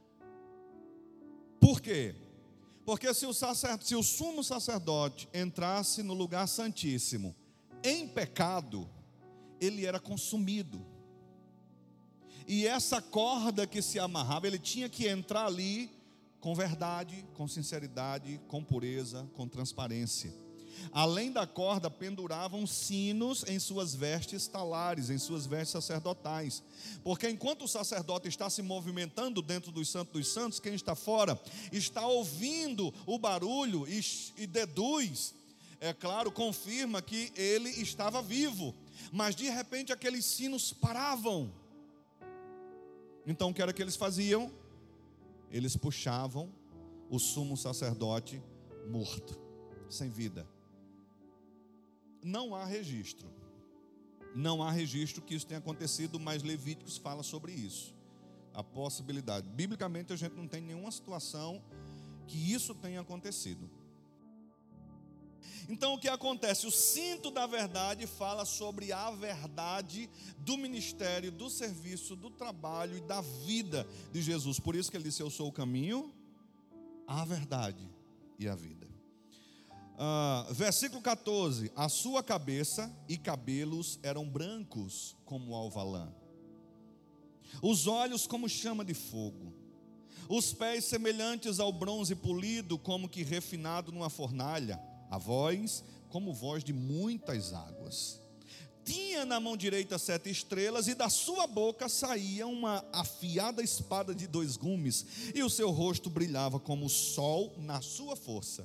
Por quê? Porque se o sumo sacerdote entrasse no lugar santíssimo em pecado, ele era consumido. E essa corda que se amarrava, ele tinha que entrar ali com verdade, com sinceridade, com pureza, com transparência. Além da corda, penduravam sinos em suas vestes talares, em suas vestes sacerdotais. Porque enquanto o sacerdote está se movimentando dentro dos Santos dos Santos, quem está fora está ouvindo o barulho e deduz é claro, confirma que ele estava vivo. Mas de repente aqueles sinos paravam. Então o que era que eles faziam? Eles puxavam o sumo sacerdote morto, sem vida. Não há registro. Não há registro que isso tenha acontecido, mas Levíticos fala sobre isso. A possibilidade. Biblicamente a gente não tem nenhuma situação que isso tenha acontecido. Então o que acontece? O cinto da verdade fala sobre a verdade do ministério, do serviço, do trabalho e da vida de Jesus. Por isso que ele disse: eu sou o caminho, a verdade e a vida. Versículo 14: a sua cabeça e cabelos eram brancos como alvalã, os olhos como chama de fogo, os pés semelhantes ao bronze polido, como que refinado numa fornalha, a voz como voz de muitas águas. Tinha na mão direita 7 estrelas, e da sua boca saía uma afiada espada de 2 gumes, e o seu rosto brilhava como o sol na sua força.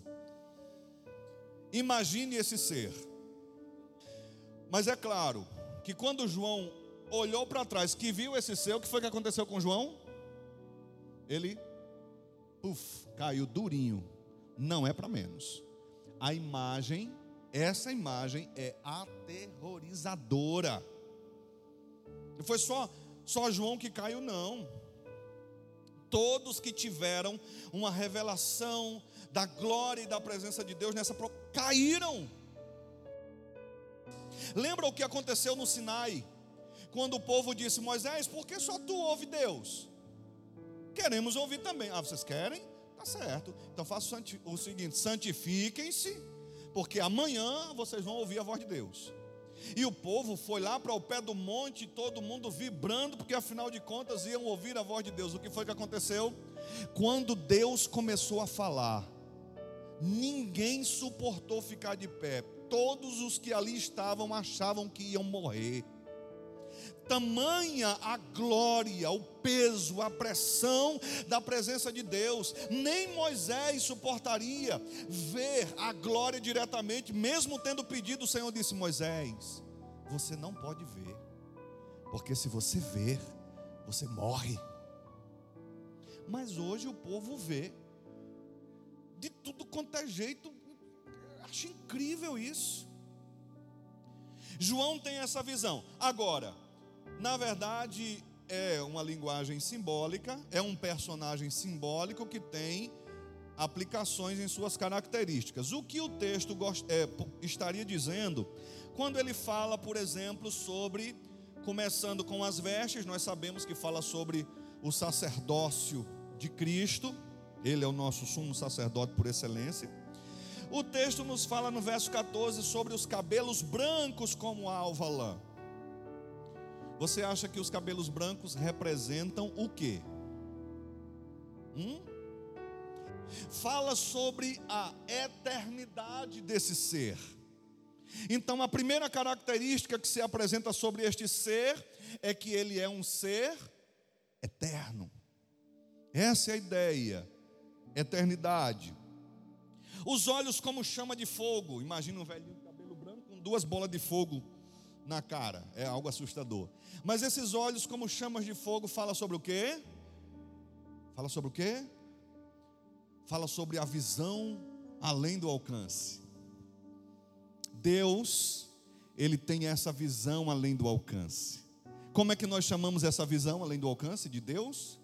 Imagine esse ser. Mas é claro que quando João olhou para trás, que viu esse ser, o que foi que aconteceu com João? Ele caiu durinho. Não é para menos. A imagem, essa imagem é aterrorizadora. Não foi só João que caiu, não. Todos que tiveram uma revelação da glória e da presença de Deus nessa prova caíram. Lembra o que aconteceu no Sinai? Quando o povo disse: Moisés, por que só tu ouve Deus? Queremos ouvir também. Vocês querem? Tá certo. Então façam o seguinte: santifiquem-se, porque amanhã vocês vão ouvir a voz de Deus. E o povo foi lá para o pé do monte, todo mundo vibrando, porque afinal de contas iam ouvir a voz de Deus. O que foi que aconteceu? Quando Deus começou a falar, ninguém suportou ficar de pé. Todos os que ali estavam achavam que iam morrer. Tamanha a glória, o peso, a pressão da presença de Deus. Nem Moisés suportaria ver a glória diretamente, mesmo tendo pedido. O Senhor disse: Moisés, você não pode ver, porque se você ver, você morre. Mas hoje o povo vê de tudo quanto é jeito. Acho incrível isso. João tem essa visão. Agora, na verdade, é uma linguagem simbólica, é um personagem simbólico que tem aplicações em suas características. O que o texto estaria dizendo quando ele fala, por exemplo, sobre, começando com as vestes, nós sabemos que fala sobre o sacerdócio de Cristo. Ele é o nosso sumo sacerdote por excelência. O texto nos fala no verso 14 sobre os cabelos brancos como a alva-lã. Você acha que os cabelos brancos representam o quê? Fala sobre a eternidade desse ser. Então a primeira característica que se apresenta sobre este ser é que ele é um ser eterno. Essa é a ideia, eternidade. Os olhos como chama de fogo. Imagina um velhinho de cabelo branco com 2 bolas de fogo na cara. É algo assustador. Mas esses olhos como chamas de fogo fala sobre o quê? Fala sobre o quê? Fala sobre a visão além do alcance. Deus, Ele tem essa visão além do alcance. Como é que nós chamamos essa visão além do alcance de Deus?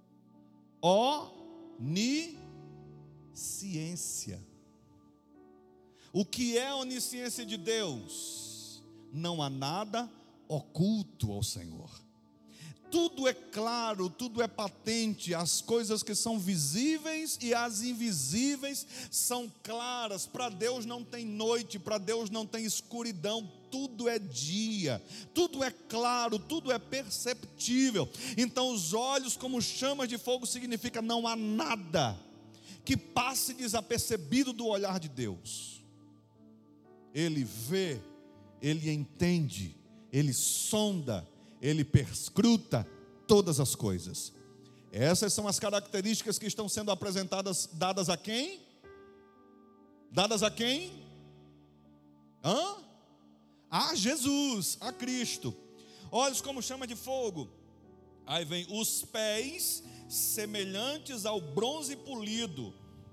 Onisciência. O que é a onisciência de Deus? Não há nada oculto ao Senhor. Tudo é claro, tudo é patente. As coisas que são visíveis e as invisíveis são claras. Para Deus não tem noite, para Deus não tem escuridão. Tudo é dia, tudo é claro, tudo é perceptível. Então os olhos como chamas de fogo significa não há nada que passe desapercebido do olhar de Deus. Ele vê, Ele entende, Ele sonda, Ele perscruta todas as coisas. Essas são as características que estão sendo apresentadas, dadas a quem? Dadas a quem? Hã? A Jesus, a Cristo. Olhos como chama de fogo. Aí vem os pés semelhantes ao bronze polido,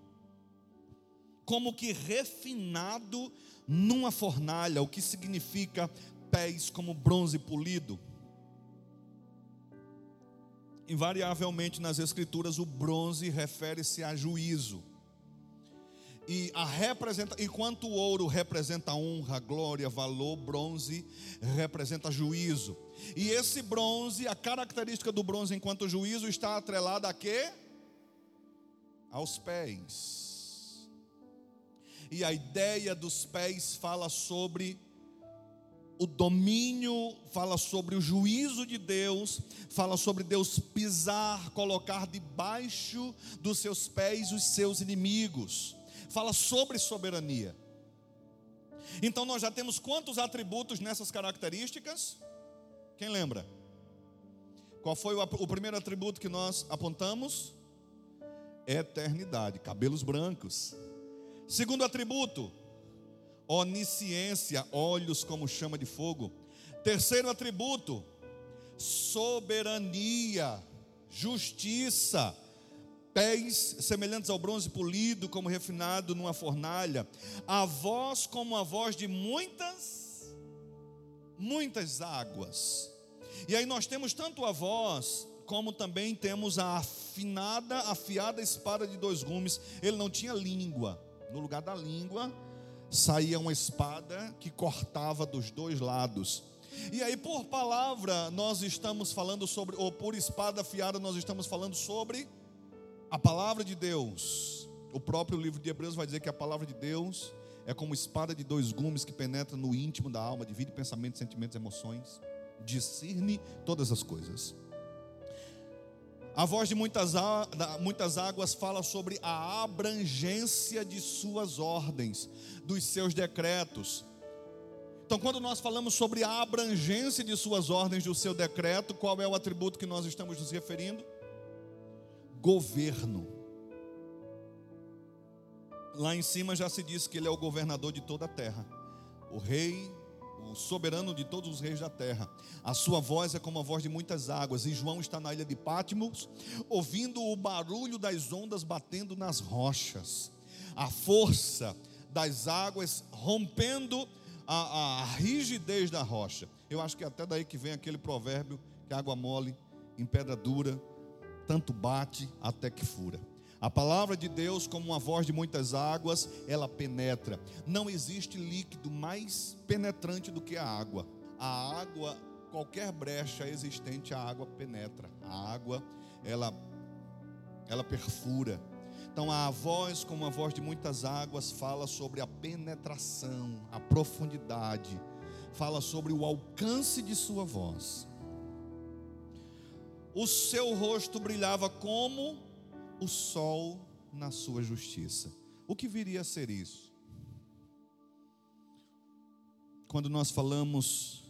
como que refinado numa fornalha. O que significa pés como bronze polido? Invariavelmente nas Escrituras o bronze refere-se a juízo. E enquanto o ouro representa honra, glória, valor, bronze representa juízo. E esse bronze, a característica do bronze enquanto juízo está atrelada a quê? Aos pés. E a ideia dos pés fala sobre o domínio, fala sobre o juízo de Deus, fala sobre Deus pisar, colocar debaixo dos seus pés os seus inimigos. Fala sobre soberania. Então nós já temos quantos atributos nessas características? Quem lembra? Qual foi o primeiro atributo que nós apontamos? Eternidade, cabelos brancos. Segundo atributo, onisciência, olhos como chama de fogo. Terceiro atributo, soberania, justiça, pés semelhantes ao bronze polido, como refinado numa fornalha. A voz como a voz de muitas águas. E aí nós temos tanto a voz, como também temos a afiada espada de dois gumes. Ele não tinha língua. No lugar da língua saía uma espada que cortava dos dois lados. E aí por palavra nós estamos falando sobre, ou por espada afiada nós estamos falando sobre a palavra de Deus. O próprio livro de Hebreus vai dizer que a palavra de Deus é como espada de dois gumes que penetra no íntimo da alma, divide pensamentos, sentimentos, emoções, discerne todas as coisas. A voz de muitas águas fala sobre a abrangência de suas ordens, dos seus decretos. Então, quando nós falamos sobre a abrangência de suas ordens, do seu decreto, qual é o atributo que nós estamos nos referindo? Governo. Lá em cima já se diz que ele é o governador de toda a terra, o rei, o soberano de todos os reis da terra. A sua voz é como a voz de muitas águas. E João está na ilha de Patmos, ouvindo o barulho das ondas batendo nas rochas, a força das águas rompendo a rigidez da rocha. Eu acho que até daí que vem aquele provérbio que água mole em pedra dura, tanto bate até que fura. A palavra de Deus, como uma voz de muitas águas, ela penetra. Não existe líquido mais penetrante do que a água. A água, qualquer brecha existente, a água penetra. A água, ela perfura. Então a voz, como uma voz de muitas águas, fala sobre a penetração, a profundidade. Fala sobre o alcance de sua voz. O seu rosto brilhava como o sol na sua justiça. O que viria a ser isso? Quando nós falamos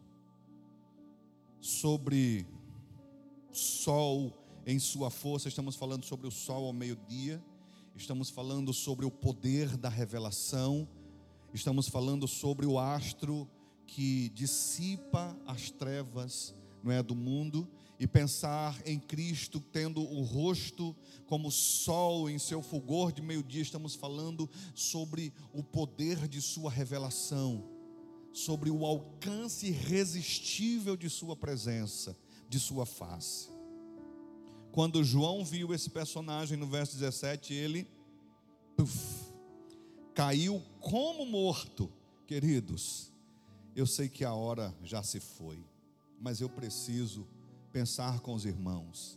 sobre sol em sua força, estamos falando sobre o sol ao meio-dia, estamos falando sobre o poder da revelação, estamos falando sobre o astro que dissipa as trevas, não é, do mundo. E pensar em Cristo tendo o rosto como sol em seu fulgor de meio-dia, estamos falando sobre o poder de sua revelação, sobre o alcance irresistível de sua presença, de sua face. Quando João viu esse personagem no verso 17, ele caiu como morto. Queridos, eu sei que a hora já se foi, mas eu preciso pensar com os irmãos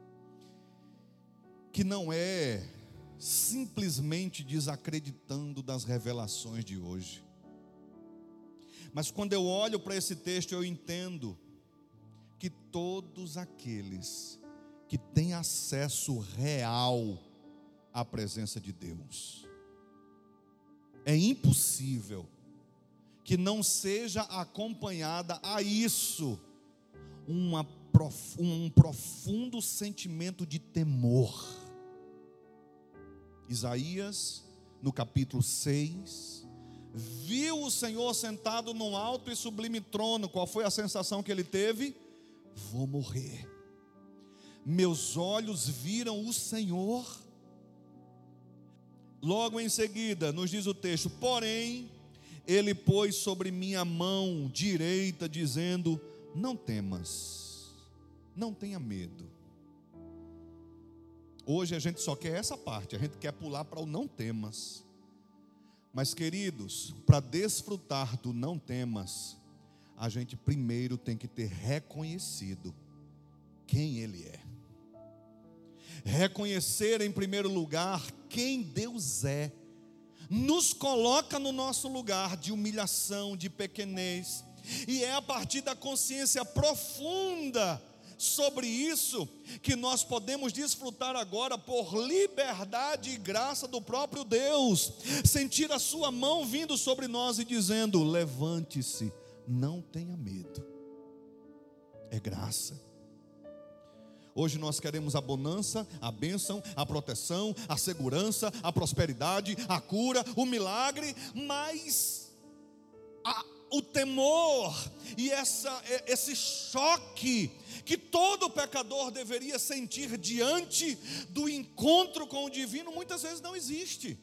que não é simplesmente desacreditando das revelações de hoje, mas quando eu olho para esse texto, eu entendo que todos aqueles que têm acesso real à presença de Deus, é impossível que não seja acompanhada a isso um profundo sentimento de temor. Isaías, no capítulo 6, viu o Senhor sentado num alto e sublime trono. Qual foi a sensação que ele teve? Vou morrer. Meus olhos viram o Senhor. Logo em seguida, nos diz o texto: porém, ele pôs sobre minha mão direita, dizendo: não temas, não tenha medo. Hoje a gente só quer essa parte, a gente quer pular para o não temas. Mas, queridos, para desfrutar do não temas, a gente primeiro tem que ter reconhecido quem Ele é. Reconhecer em primeiro lugar quem Deus é, nos coloca no nosso lugar de humilhação, de pequenez, e é a partir da consciência profunda sobre isso que nós podemos desfrutar agora por liberdade e graça do próprio Deus, sentir a sua mão vindo sobre nós e dizendo: levante-se, não tenha medo. É graça. Hoje nós queremos a bonança, a bênção, a proteção, a segurança, a prosperidade, a cura, o milagre, mas o temor e esse choque que todo pecador deveria sentir diante do encontro com o divino, muitas vezes não existe.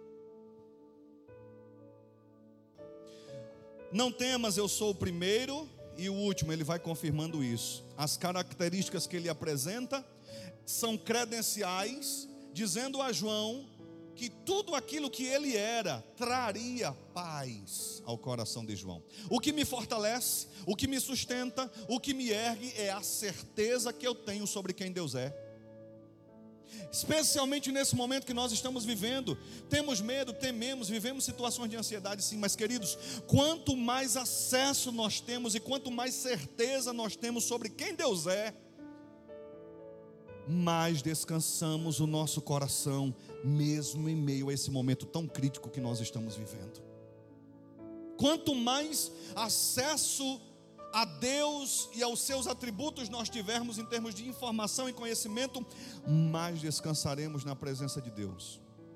Não temas, eu sou o primeiro e o último. Ele vai confirmando isso. As características que ele apresenta são credenciais, dizendo a João que tudo aquilo que ele era traria paz ao coração de João. O que me fortalece, o que me sustenta, o que me ergue é a certeza que eu tenho sobre quem Deus é. Especialmente nesse momento que nós estamos vivendo, temos medo, tememos, vivemos situações de ansiedade, sim, mas, queridos, quanto mais acesso nós temos e quanto mais certeza nós temos sobre quem Deus é, mais descansamos o nosso coração, mesmo em meio a esse momento tão crítico que nós estamos vivendo. Quanto mais acesso a Deus e aos seus atributos nós tivermos em termos de informação e conhecimento, mais descansaremos na presença de Deus.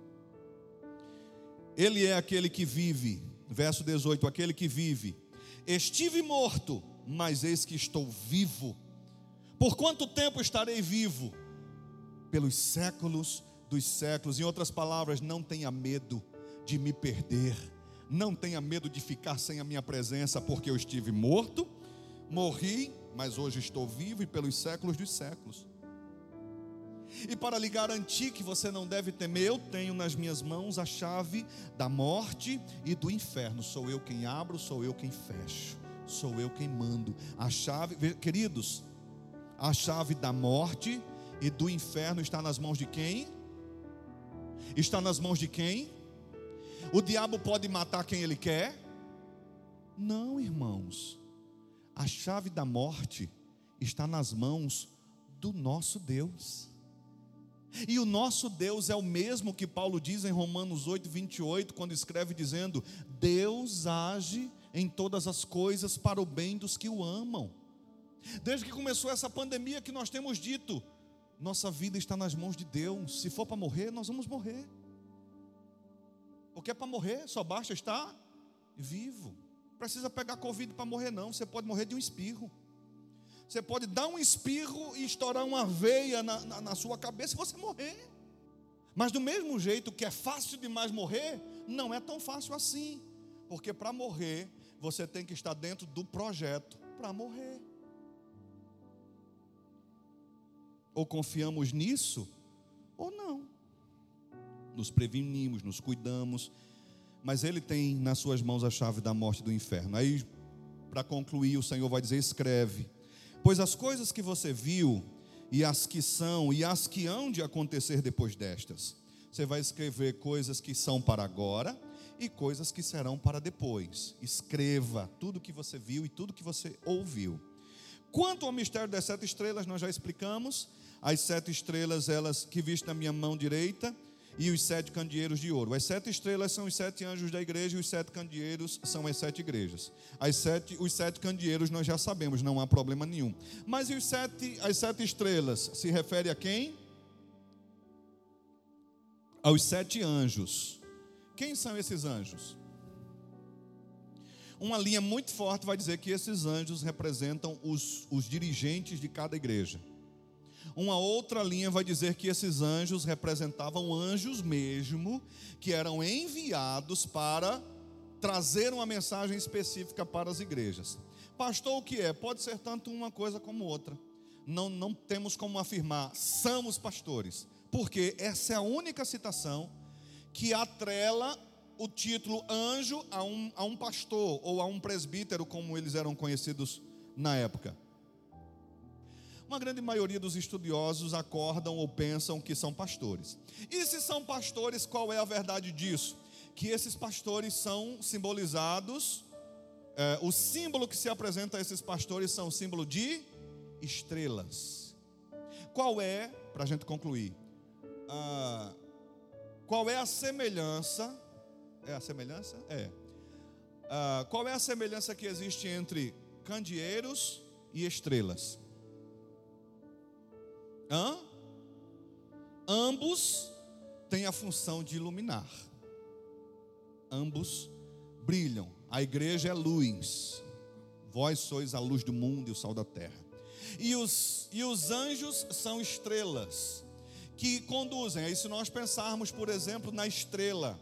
Ele é aquele que vive, verso 18, aquele que vive. Estive morto, mas eis que estou vivo. Por quanto tempo estarei vivo? Pelos séculos dos séculos. Em outras palavras, não tenha medo de me perder, não tenha medo de ficar sem a minha presença, porque eu estive morto, morri, mas hoje estou vivo e pelos séculos dos séculos. E para lhe garantir que você não deve temer, eu tenho nas minhas mãos a chave da morte e do inferno. Sou eu quem abro, sou eu quem fecho, sou eu quem mando. A chave, queridos, a chave da morte e do inferno está nas mãos de quem? Está nas mãos de quem? O diabo pode matar quem ele quer? Não, irmãos. A chave da morte está nas mãos do nosso Deus. E o nosso Deus é o mesmo que Paulo diz em Romanos 8, 28, quando escreve dizendo: Deus age em todas as coisas para o bem dos que o amam. Desde que começou essa pandemia que nós temos dito, nossa vida está nas mãos de Deus. Se for para morrer, nós vamos morrer. Porque para morrer só basta estar vivo. Não precisa pegar Covid para morrer não. Você pode morrer de um espirro. Você pode dar um espirro e estourar uma veia na sua cabeça e você morrer. Mas do mesmo jeito que é fácil demais morrer, não é tão fácil assim. Porque para morrer, você tem que estar dentro do projeto para morrer. Ou confiamos nisso, ou não. Nos prevenimos, nos cuidamos, mas Ele tem nas suas mãos a chave da morte e do inferno. Aí, para concluir, o Senhor vai dizer: escreve, pois as coisas que você viu, e as que são, e as que hão de acontecer depois destas. Você vai escrever coisas que são para agora, e coisas que serão para depois. Escreva tudo que você viu e tudo que você ouviu. Quanto ao mistério das 7 estrelas, nós já explicamos. As 7 estrelas, elas que viste na minha mão direita, e os 7 candeeiros de ouro. As 7 estrelas são os 7 anjos da igreja, e os 7 candeeiros são as 7 igrejas. Os 7 candeeiros nós já sabemos, não há problema nenhum. Mas as 7 estrelas se refere a quem? Aos 7 anjos. Quem são esses anjos? Uma linha muito forte vai dizer que esses anjos representam os dirigentes de cada igreja. Uma outra linha vai dizer que esses anjos representavam anjos mesmo, que eram enviados para trazer uma mensagem específica para as igrejas. Pastor, o que é? Pode ser tanto uma coisa como outra. Não temos como afirmar, somos pastores, porque essa é a única citação que atrela o título anjo a um pastor ou a um presbítero, como eles eram conhecidos na época. Uma grande maioria dos estudiosos acordam ou pensam que são pastores. E se são pastores, qual é a verdade disso? Que esses pastores são simbolizados, o símbolo que se apresenta a esses pastores são o símbolo de estrelas. Qual é, para a gente concluir, qual é a semelhança? É a semelhança? Qual é a semelhança que existe entre candeeiros e estrelas? Ambos têm a função de iluminar. Ambos brilham. A igreja é luz. Vós sois a luz do mundo e o sal da terra. E os anjos são estrelas que conduzem. Aí se nós pensarmos, por exemplo, na estrela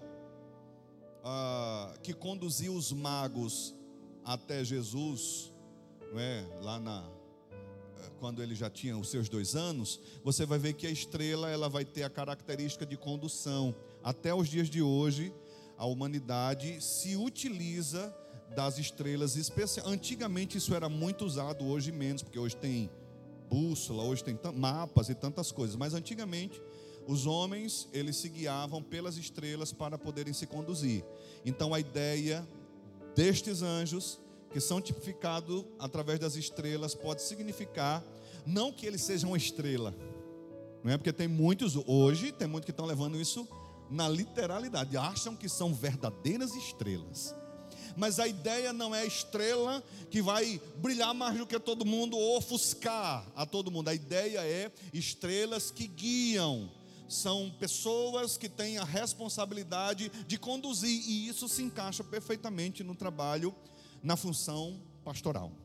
que conduziu os magos até Jesus, não é? Quando ele já tinha os seus 2 anos, você vai ver que a estrela ela vai ter a característica de condução. Até os dias de hoje, a humanidade se utiliza das estrelas especiais. Antigamente isso era muito usado, hoje menos, porque hoje tem bússola, hoje tem mapas e tantas coisas. Mas antigamente os homens eles se guiavam pelas estrelas para poderem se conduzir. Então a ideia destes anjos, que são tipificados através das estrelas, pode significar, não que eles sejam uma estrela, não é? Porque tem muitos que estão levando isso na literalidade, acham que são verdadeiras estrelas. Mas a ideia não é a estrela que vai brilhar mais do que todo mundo ou ofuscar a todo mundo. A ideia é estrelas que guiam. São pessoas que têm a responsabilidade de conduzir, e isso se encaixa perfeitamente no trabalho, na função pastoral.